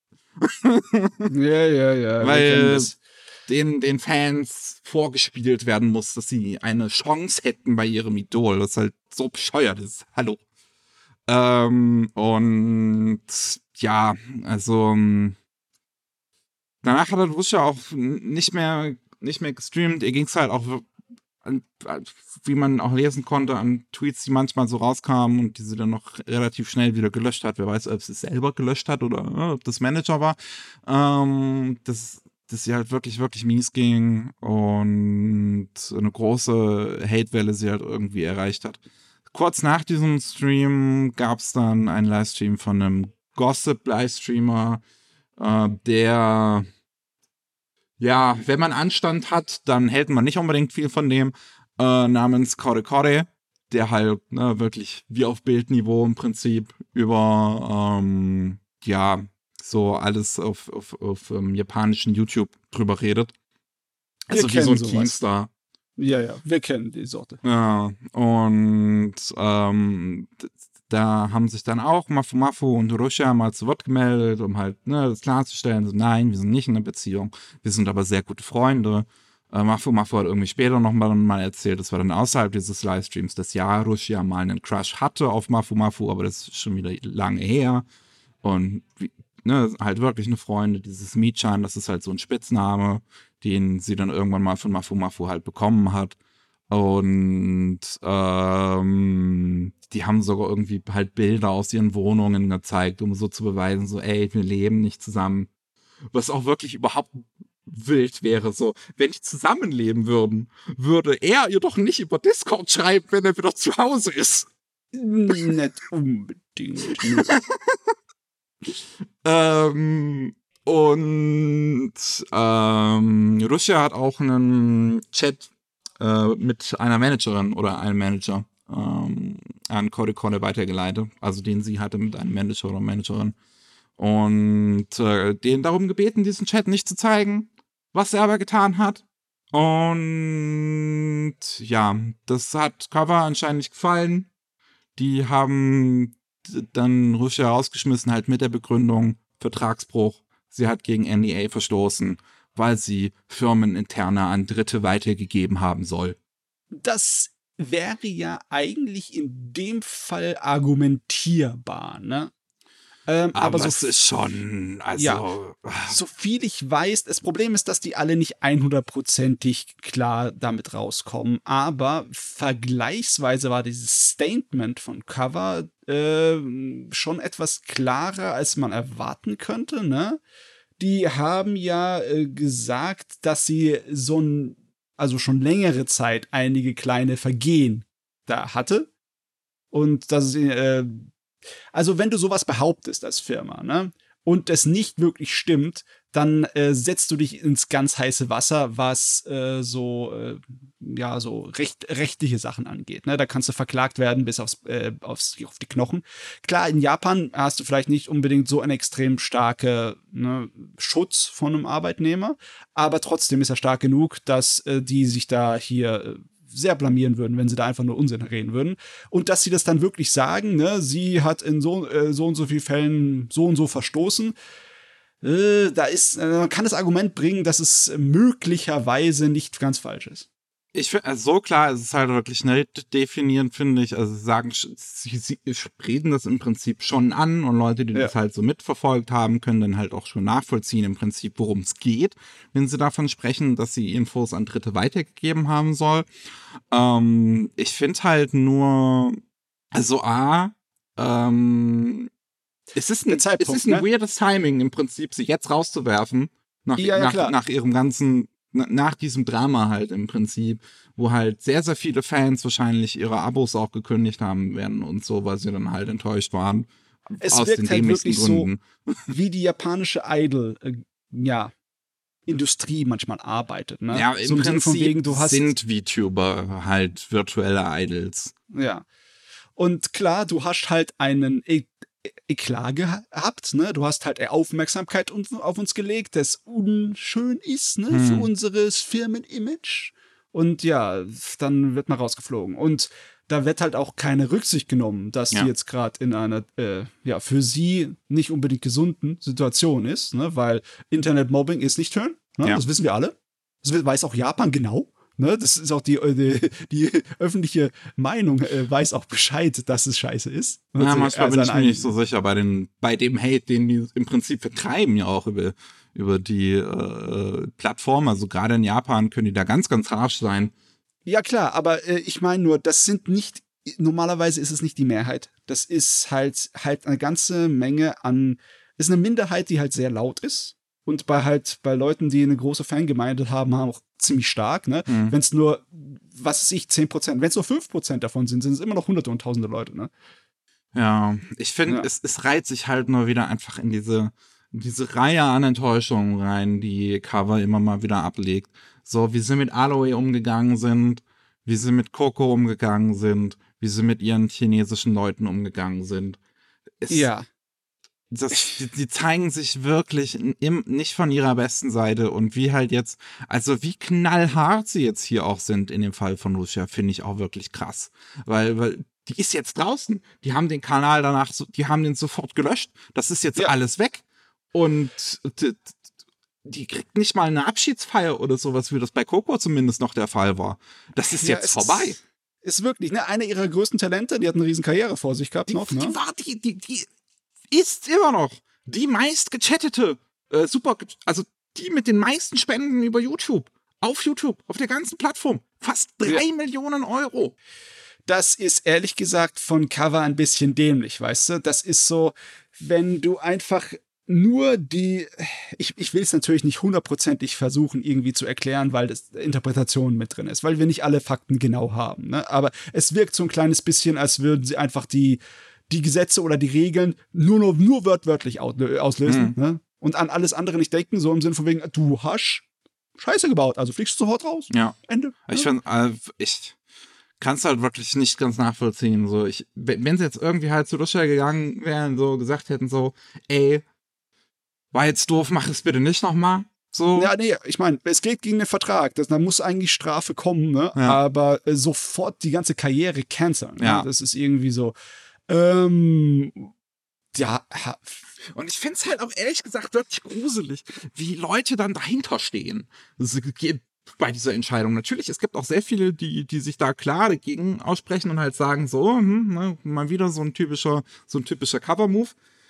Ja, ja, ja. wir Weil- kennen das. Den, den Fans vorgespielt werden muss, dass sie eine Chance hätten bei ihrem Idol, das halt so bescheuert ist. Hallo. Ähm, und ja, also ähm, danach hat er Russia auch nicht mehr, nicht mehr gestreamt. Ihr ging es halt auch, an, wie man auch lesen konnte, an Tweets, die manchmal so rauskamen und die sie dann noch relativ schnell wieder gelöscht hat. Wer weiß, ob sie es selber gelöscht hat oder äh, ob das Manager war. Ähm, das dass sie halt wirklich, wirklich mies ging und eine große Hatewelle sie halt irgendwie erreicht hat. Kurz nach diesem Stream gab es dann einen Livestream von einem Gossip-Livestreamer, äh, der, ja, wenn man Anstand hat, dann hält man nicht unbedingt viel von dem, äh, namens Kore Kore, der halt ne, wirklich wie auf Bildniveau im Prinzip über, ähm, ja, so alles auf, auf, auf um, japanischen YouTube drüber redet. Also wie kennen so ein sowas. Keemstar. Ja, ja, wir kennen die Sorte. Ja, und ähm, d- da haben sich dann auch Mafu Mafu und Roshia mal zu Wort gemeldet, um halt ne, das klarzustellen, so, nein, wir sind nicht in einer Beziehung, wir sind aber sehr gute Freunde. Äh, Mafu Mafu hat irgendwie später noch mal, mal erzählt, das war dann außerhalb dieses Livestreams, dass ja Roshia mal einen Crush hatte auf Mafu Mafu, aber das ist schon wieder lange her. Und wie, ne, halt wirklich eine Freundin, dieses Michan, das ist halt so ein Spitzname, den sie dann irgendwann mal von Mafu Mafu halt bekommen hat. Und ähm, die haben sogar irgendwie halt Bilder aus ihren Wohnungen gezeigt, um so zu beweisen, so, ey, wir leben nicht zusammen. Was auch wirklich überhaupt wild wäre, so, wenn die zusammenleben würden, würde er ihr doch nicht über Discord schreiben, wenn er wieder zu Hause ist. Nicht unbedingt. ähm, und ähm, Russia hat auch einen Chat äh, mit einer Managerin oder einem Manager ähm, an Cody Corner weitergeleitet, also den sie hatte mit einem Manager oder Managerin. Und äh, den darum gebeten, diesen Chat nicht zu zeigen, was er aber getan hat. Und ja, das hat Cover anscheinend nicht gefallen. Die haben dann Russia rausgeschmissen, halt mit der Begründung Vertragsbruch. Sie hat gegen N D A verstoßen, weil sie firmeninterne an Dritte weitergegeben haben soll. Das wäre ja eigentlich in dem Fall argumentierbar, ne? Ähm, aber aber so es ist schon, also... Ja, so viel ich weiß, das Problem ist, dass die alle nicht hundertprozentig klar damit rauskommen, aber vergleichsweise war dieses Statement von Cover äh, schon etwas klarer, als man erwarten könnte, ne? Die haben ja äh, gesagt, dass sie so ein, also schon längere Zeit einige kleine Vergehen da hatte und dass sie äh, Also wenn du sowas behauptest als Firma, ne, und es nicht wirklich stimmt, dann äh, setzt du dich ins ganz heiße Wasser, was äh, so äh, ja so recht, rechtliche Sachen angeht. Ne? Da kannst du verklagt werden bis aufs, äh, aufs, auf die Knochen. Klar, in Japan hast du vielleicht nicht unbedingt so einen extrem starken ne, Schutz von einem Arbeitnehmer, aber trotzdem ist er stark genug, dass äh, die sich da hier äh, sehr blamieren würden, wenn sie da einfach nur Unsinn reden würden. Und dass sie das dann wirklich sagen, ne, sie hat in so, äh, so und so vielen Fällen so und so verstoßen, äh, da ist, äh, man kann das Argument bringen, dass es möglicherweise nicht ganz falsch ist. Ich finde, also so klar ist es halt wirklich nicht definieren, finde ich. Also sie sagen, sie, sie reden das im Prinzip schon an und Leute, die ja. das halt so mitverfolgt haben, können dann halt auch schon nachvollziehen im Prinzip, worum es geht, wenn sie davon sprechen, dass sie Infos an Dritte weitergegeben haben soll. Ähm, ich finde halt nur, also A, ähm, es ist ein, es ist ein ne? weirdes Timing im Prinzip, sie jetzt rauszuwerfen, nach, ja, ja, nach, nach ihrem ganzen nach diesem Drama halt im Prinzip, wo halt sehr, sehr viele Fans wahrscheinlich ihre Abos auch gekündigt haben werden und so, weil sie dann halt enttäuscht waren. Es aus wirkt den halt wirklich Gründen. so, wie die japanische Idol, äh, ja, Industrie manchmal arbeitet, ne? Ja, im so im Prinzip von wegen, du hast sind VTuber halt virtuelle Idols. Ja. Und klar, du hast halt einen e Eklat gehabt, ne? Du hast halt Aufmerksamkeit auf uns gelegt, das unschön ist, ne? Hm. Für unseres Firmenimage. Und ja, dann wird man rausgeflogen. Und da wird halt auch keine Rücksicht genommen, dass ja. sie jetzt gerade in einer, äh, ja, für sie nicht unbedingt gesunden Situation ist, ne? Weil Internetmobbing ist nicht schön, ne? Ja. Das wissen wir alle. Das weiß auch Japan genau. Ne, das ist auch die, die, die öffentliche Meinung, äh, weiß auch Bescheid, dass es scheiße ist. Ja, also, manchmal bin ich mir nicht so sicher bei, den, bei dem Hate, den die im Prinzip vertreiben ja auch über, über die äh, Plattform. Also gerade in Japan können die da ganz, ganz harsch sein. Ja klar, aber äh, ich meine nur, das sind nicht, normalerweise ist es nicht die Mehrheit. Das ist halt, halt eine ganze Menge an, ist eine Minderheit, die halt sehr laut ist. Und bei halt, bei Leuten, die eine große Fangemeinde haben, auch ziemlich stark, ne? Mhm. Wenn es nur, was weiß ich, zehn Prozent, wenn es nur fünf Prozent davon sind, sind es immer noch hunderte und tausende Leute, ne? Ja, ich finde, ja. es, es reiht sich halt nur wieder einfach in diese, in diese Reihe an Enttäuschungen rein, die Cover immer mal wieder ablegt. So, wie sie mit Aloe umgegangen sind, wie sie mit Coco umgegangen sind, wie sie mit ihren chinesischen Leuten umgegangen sind. Es, ja. Das, die, die zeigen sich wirklich im, nicht von ihrer besten Seite und wie halt jetzt, also wie knallhart sie jetzt hier auch sind in dem Fall von Russia, finde ich auch wirklich krass. Weil, weil die ist jetzt draußen, die haben den Kanal danach, so, die haben den sofort gelöscht, das ist jetzt ja. alles weg und die, die kriegt nicht mal eine Abschiedsfeier oder sowas, wie das bei Coco zumindest noch der Fall war. Das ist ja, jetzt vorbei. Ist, ist wirklich, ne, eine ihrer größten Talente, die hat eine riesen Karriere vor sich gehabt die, noch, ne? Die war, die, die, die ist immer noch die meist gechattete, äh, super, also die mit den meisten Spenden über YouTube, auf YouTube, auf der ganzen Plattform, Fast drei Ja. Millionen Euro. Das ist ehrlich gesagt von Cover ein bisschen dämlich, weißt du? Das ist so, wenn du einfach nur die, ich, ich will es natürlich nicht hundertprozentig versuchen irgendwie zu erklären, weil das Interpretation mit drin ist, weil wir nicht alle Fakten genau haben, ne? Aber es wirkt so ein kleines bisschen, als würden sie einfach die, die Gesetze oder die Regeln nur, nur, nur wörtwörtlich auslösen, Mhm. ne? Und an alles andere nicht denken, so im Sinne von wegen, du hast Scheiße gebaut, also fliegst du sofort raus. Ja. Ende. Ich Ja. finde, äh, ich kann es halt wirklich nicht ganz nachvollziehen. So, ich, wenn wenn sie jetzt irgendwie halt zu Russia gegangen wären, so gesagt hätten, so, ey, war jetzt doof, mach es bitte nicht nochmal. So. Ja, nee, ich meine, es geht gegen den Vertrag. Das, da muss eigentlich Strafe kommen, ne? Ja. Aber äh, sofort die ganze Karriere canceln. Ne? Ja. Das ist irgendwie so. Ähm, ja, ha- Und ich finde es halt auch ehrlich gesagt wirklich gruselig, wie Leute dann dahinter stehen. Das geht bei dieser Entscheidung. Natürlich, es gibt auch sehr viele, die, die sich da klar dagegen aussprechen und halt sagen, so, hm, ne, mal wieder so ein typischer, so ein typischer Cover-Move.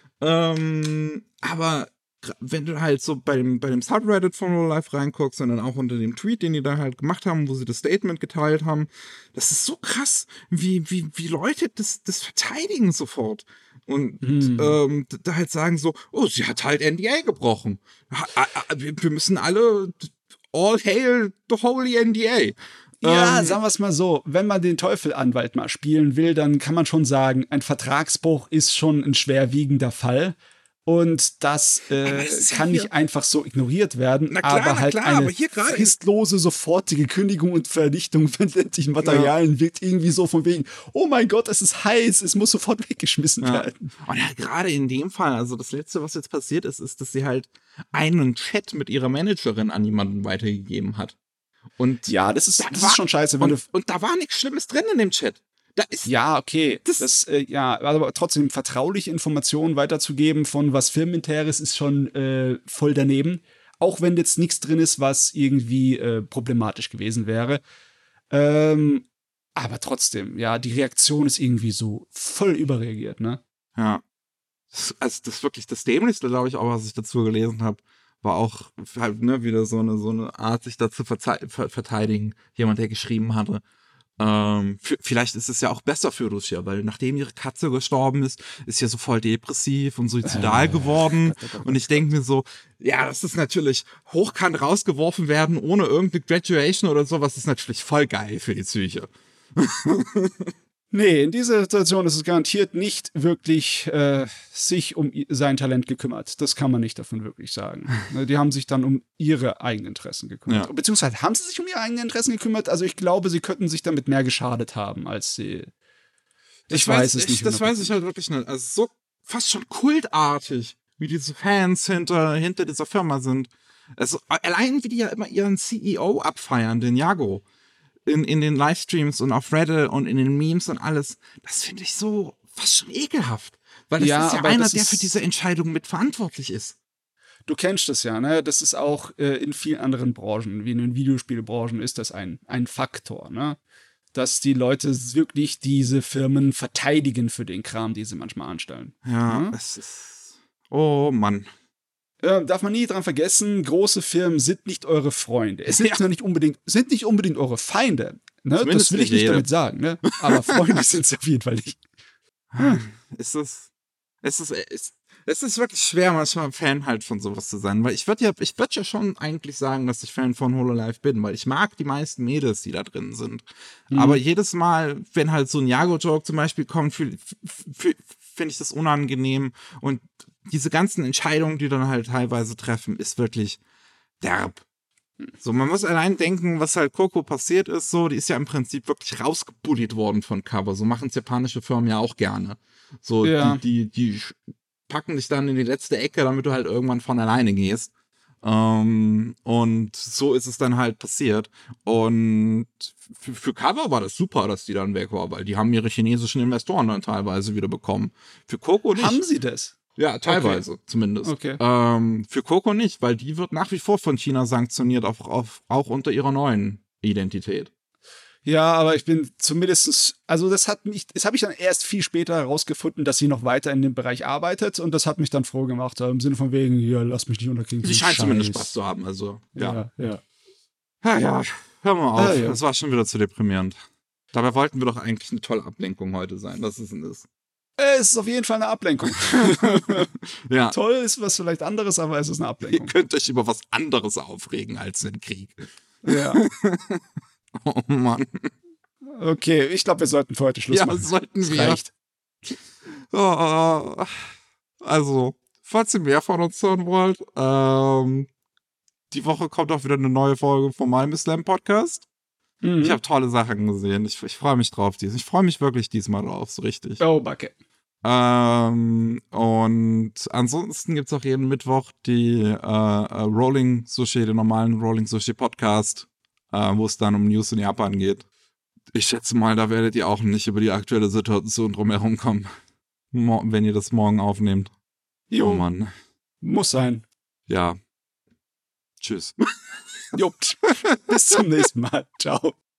Ähm, aber gra- wenn du halt so bei dem, bei dem Subreddit von Hololive reinguckst und dann auch unter dem Tweet, den die da halt gemacht haben, wo sie das Statement geteilt haben, das ist so krass, wie, wie, wie Leute das, das verteidigen sofort. Und Hm. ähm, d- da halt sagen so, oh, sie hat halt N D A gebrochen. Ha, a- a- wir, wir müssen alle all hail the holy N D A. Ja, Ähm, sagen wir es mal so, wenn man den Teufelanwalt mal spielen will, dann kann man schon sagen, ein Vertragsbruch ist schon ein schwerwiegender Fall. Und das äh, Aber es ist ja kann hier- nicht einfach so ignoriert werden, Na klar, aber na halt klar, eine aber hier gerade- fristlose, sofortige Kündigung und Vernichtung von sämtlichen Materialien wirkt irgendwie so von wegen, oh mein Gott, es ist heiß, es muss sofort weggeschmissen Ja. werden. Und ja, gerade in dem Fall, also das Letzte, was jetzt passiert ist, ist, dass sie halt einen Chat mit ihrer Managerin an jemanden weitergegeben hat. Und, Ja, das ist, Da das war- ist schon scheiße, wenn du und, und da war nichts Schlimmes drin in dem Chat. Da ist Ja, okay. Das- Das, äh, ja, aber trotzdem vertrauliche Informationen weiterzugeben von was Firmeninteres ist schon äh, voll daneben. Auch wenn jetzt nichts drin ist, was irgendwie äh, problematisch gewesen wäre. Ähm, aber trotzdem, ja, die Reaktion ist irgendwie so voll überreagiert, ne? Ja. Das, also das ist wirklich das Dämlichste, glaube ich, auch, was ich dazu gelesen habe, war auch halt, ne, wieder so eine, so eine Art, sich dazu verzei- ver verteidigen. Jemand, der geschrieben hatte. Ähm, f- vielleicht ist es ja auch besser für Lucia, weil nachdem ihre Katze gestorben ist, ist sie ja so voll depressiv und suizidal geworden. Und ich denke mir so, ja, das ist natürlich hochkant rausgeworfen werden, ohne irgendeine Graduation oder sowas, ist natürlich voll geil für die Psyche. Nee, in dieser Situation ist es garantiert nicht wirklich äh, sich um i- sein Talent gekümmert. Das kann man nicht davon wirklich sagen. Ne, Die haben sich dann um ihre eigenen Interessen gekümmert. Ja. Beziehungsweise haben sie sich um ihre eigenen Interessen gekümmert? Also ich glaube, sie könnten sich damit mehr geschadet haben, als sie. Ich, weiß, es ich, nicht. Das weiß ich halt wirklich nicht. Also so fast schon kultartig, wie diese Fans hinter, hinter dieser Firma sind. Also allein wie die ja immer ihren C E O abfeiern, den Jago. In, in den Livestreams und auf Reddit und in den Memes und alles. Das finde ich so fast schon ekelhaft. Weil das Ja, ist ja aber einer, das der ist- für diese Entscheidung mitverantwortlich ist. Du kennst das ja, ne? Das ist auch äh, in vielen anderen Branchen, wie in den Videospielbranchen, ist das ein, ein Faktor, ne? Dass die Leute wirklich diese Firmen verteidigen für den Kram, die sie manchmal anstellen. Ja, Mhm. es ist. Oh Mann. Äh, darf man nie dran vergessen, große Firmen sind nicht eure Freunde. Es sind Ja. noch nicht unbedingt, sind nicht unbedingt eure Feinde. Ne? Zumindest Das will ich nicht nicht jeder. damit sagen, ne? Aber Freunde sind sie auf jeden Fall nicht. Es ist, es ist, es, es ist wirklich schwer, manchmal Fan halt von sowas zu sein, weil ich würde ja, ich würde ja schon eigentlich sagen, dass ich Fan von Hololive bin, weil ich mag die meisten Mädels, die da drin sind. Mhm. Aber jedes Mal, wenn halt so ein Jago-Joke zum Beispiel kommt, finde ich das unangenehm und diese ganzen Entscheidungen, die dann halt teilweise treffen, ist wirklich derb. So, man muss allein denken, was halt Coco passiert ist, so, die ist ja im Prinzip wirklich rausgebullied worden von Cover. So machen es japanische Firmen ja auch gerne. So, Ja. die, die, die packen dich dann in die letzte Ecke, damit du halt irgendwann von alleine gehst. Ähm, und so ist es dann halt passiert. Und für, für Cover war das super, dass die dann weg war, weil die haben ihre chinesischen Investoren dann teilweise wieder bekommen. Für Coco nicht. Haben sie das? Ja, teilweise zumindest. Okay. Ähm, für Coco nicht, weil die wird nach wie vor von China sanktioniert, auch, auf, auch unter ihrer neuen Identität. Ja, aber ich bin zumindestens, also das hat mich, das habe ich dann erst viel später herausgefunden, dass sie noch weiter in dem Bereich arbeitet und das hat mich dann froh gemacht, im Sinne von wegen, ja, lass mich nicht unterkriegen. Sie scheint zumindest Spaß zu haben, also ja. Ja, ja. Ja, ja. hör mal auf. Ah, ja. Das war schon wieder zu deprimierend. Dabei wollten wir doch eigentlich eine tolle Ablenkung heute sein. Was ist denn das? Es ist auf jeden Fall eine Ablenkung. Ja. Toll ist was vielleicht anderes, aber es ist eine Ihr Ablenkung. könnt euch über was anderes aufregen als den Krieg. Ja. Oh Mann. Okay, ich glaube, wir sollten für heute Schluss Ja, machen. das sollten Es wir. reicht. Oh, also, falls ihr mehr von uns hören wollt, ähm, die Woche kommt auch wieder eine neue Folge vom Malm Slam Podcast. Mhm. Ich habe tolle Sachen gesehen. Ich, ich freue mich drauf. Dies. Ich freue mich wirklich diesmal drauf, so richtig. Oh, Backe. Ähm, und ansonsten gibt es auch jeden Mittwoch die äh, äh, Rolling Sushi, den normalen Rolling Sushi Podcast, äh, wo es dann um News in Japan geht. Ich schätze mal, da werdet ihr auch nicht über die aktuelle Situation drumherum kommen, Mo- wenn ihr das morgen aufnehmt. Jo, Oh Mann. muss sein. Ja. Tschüss. Jupp. Bis zum nächsten Mal. Ciao.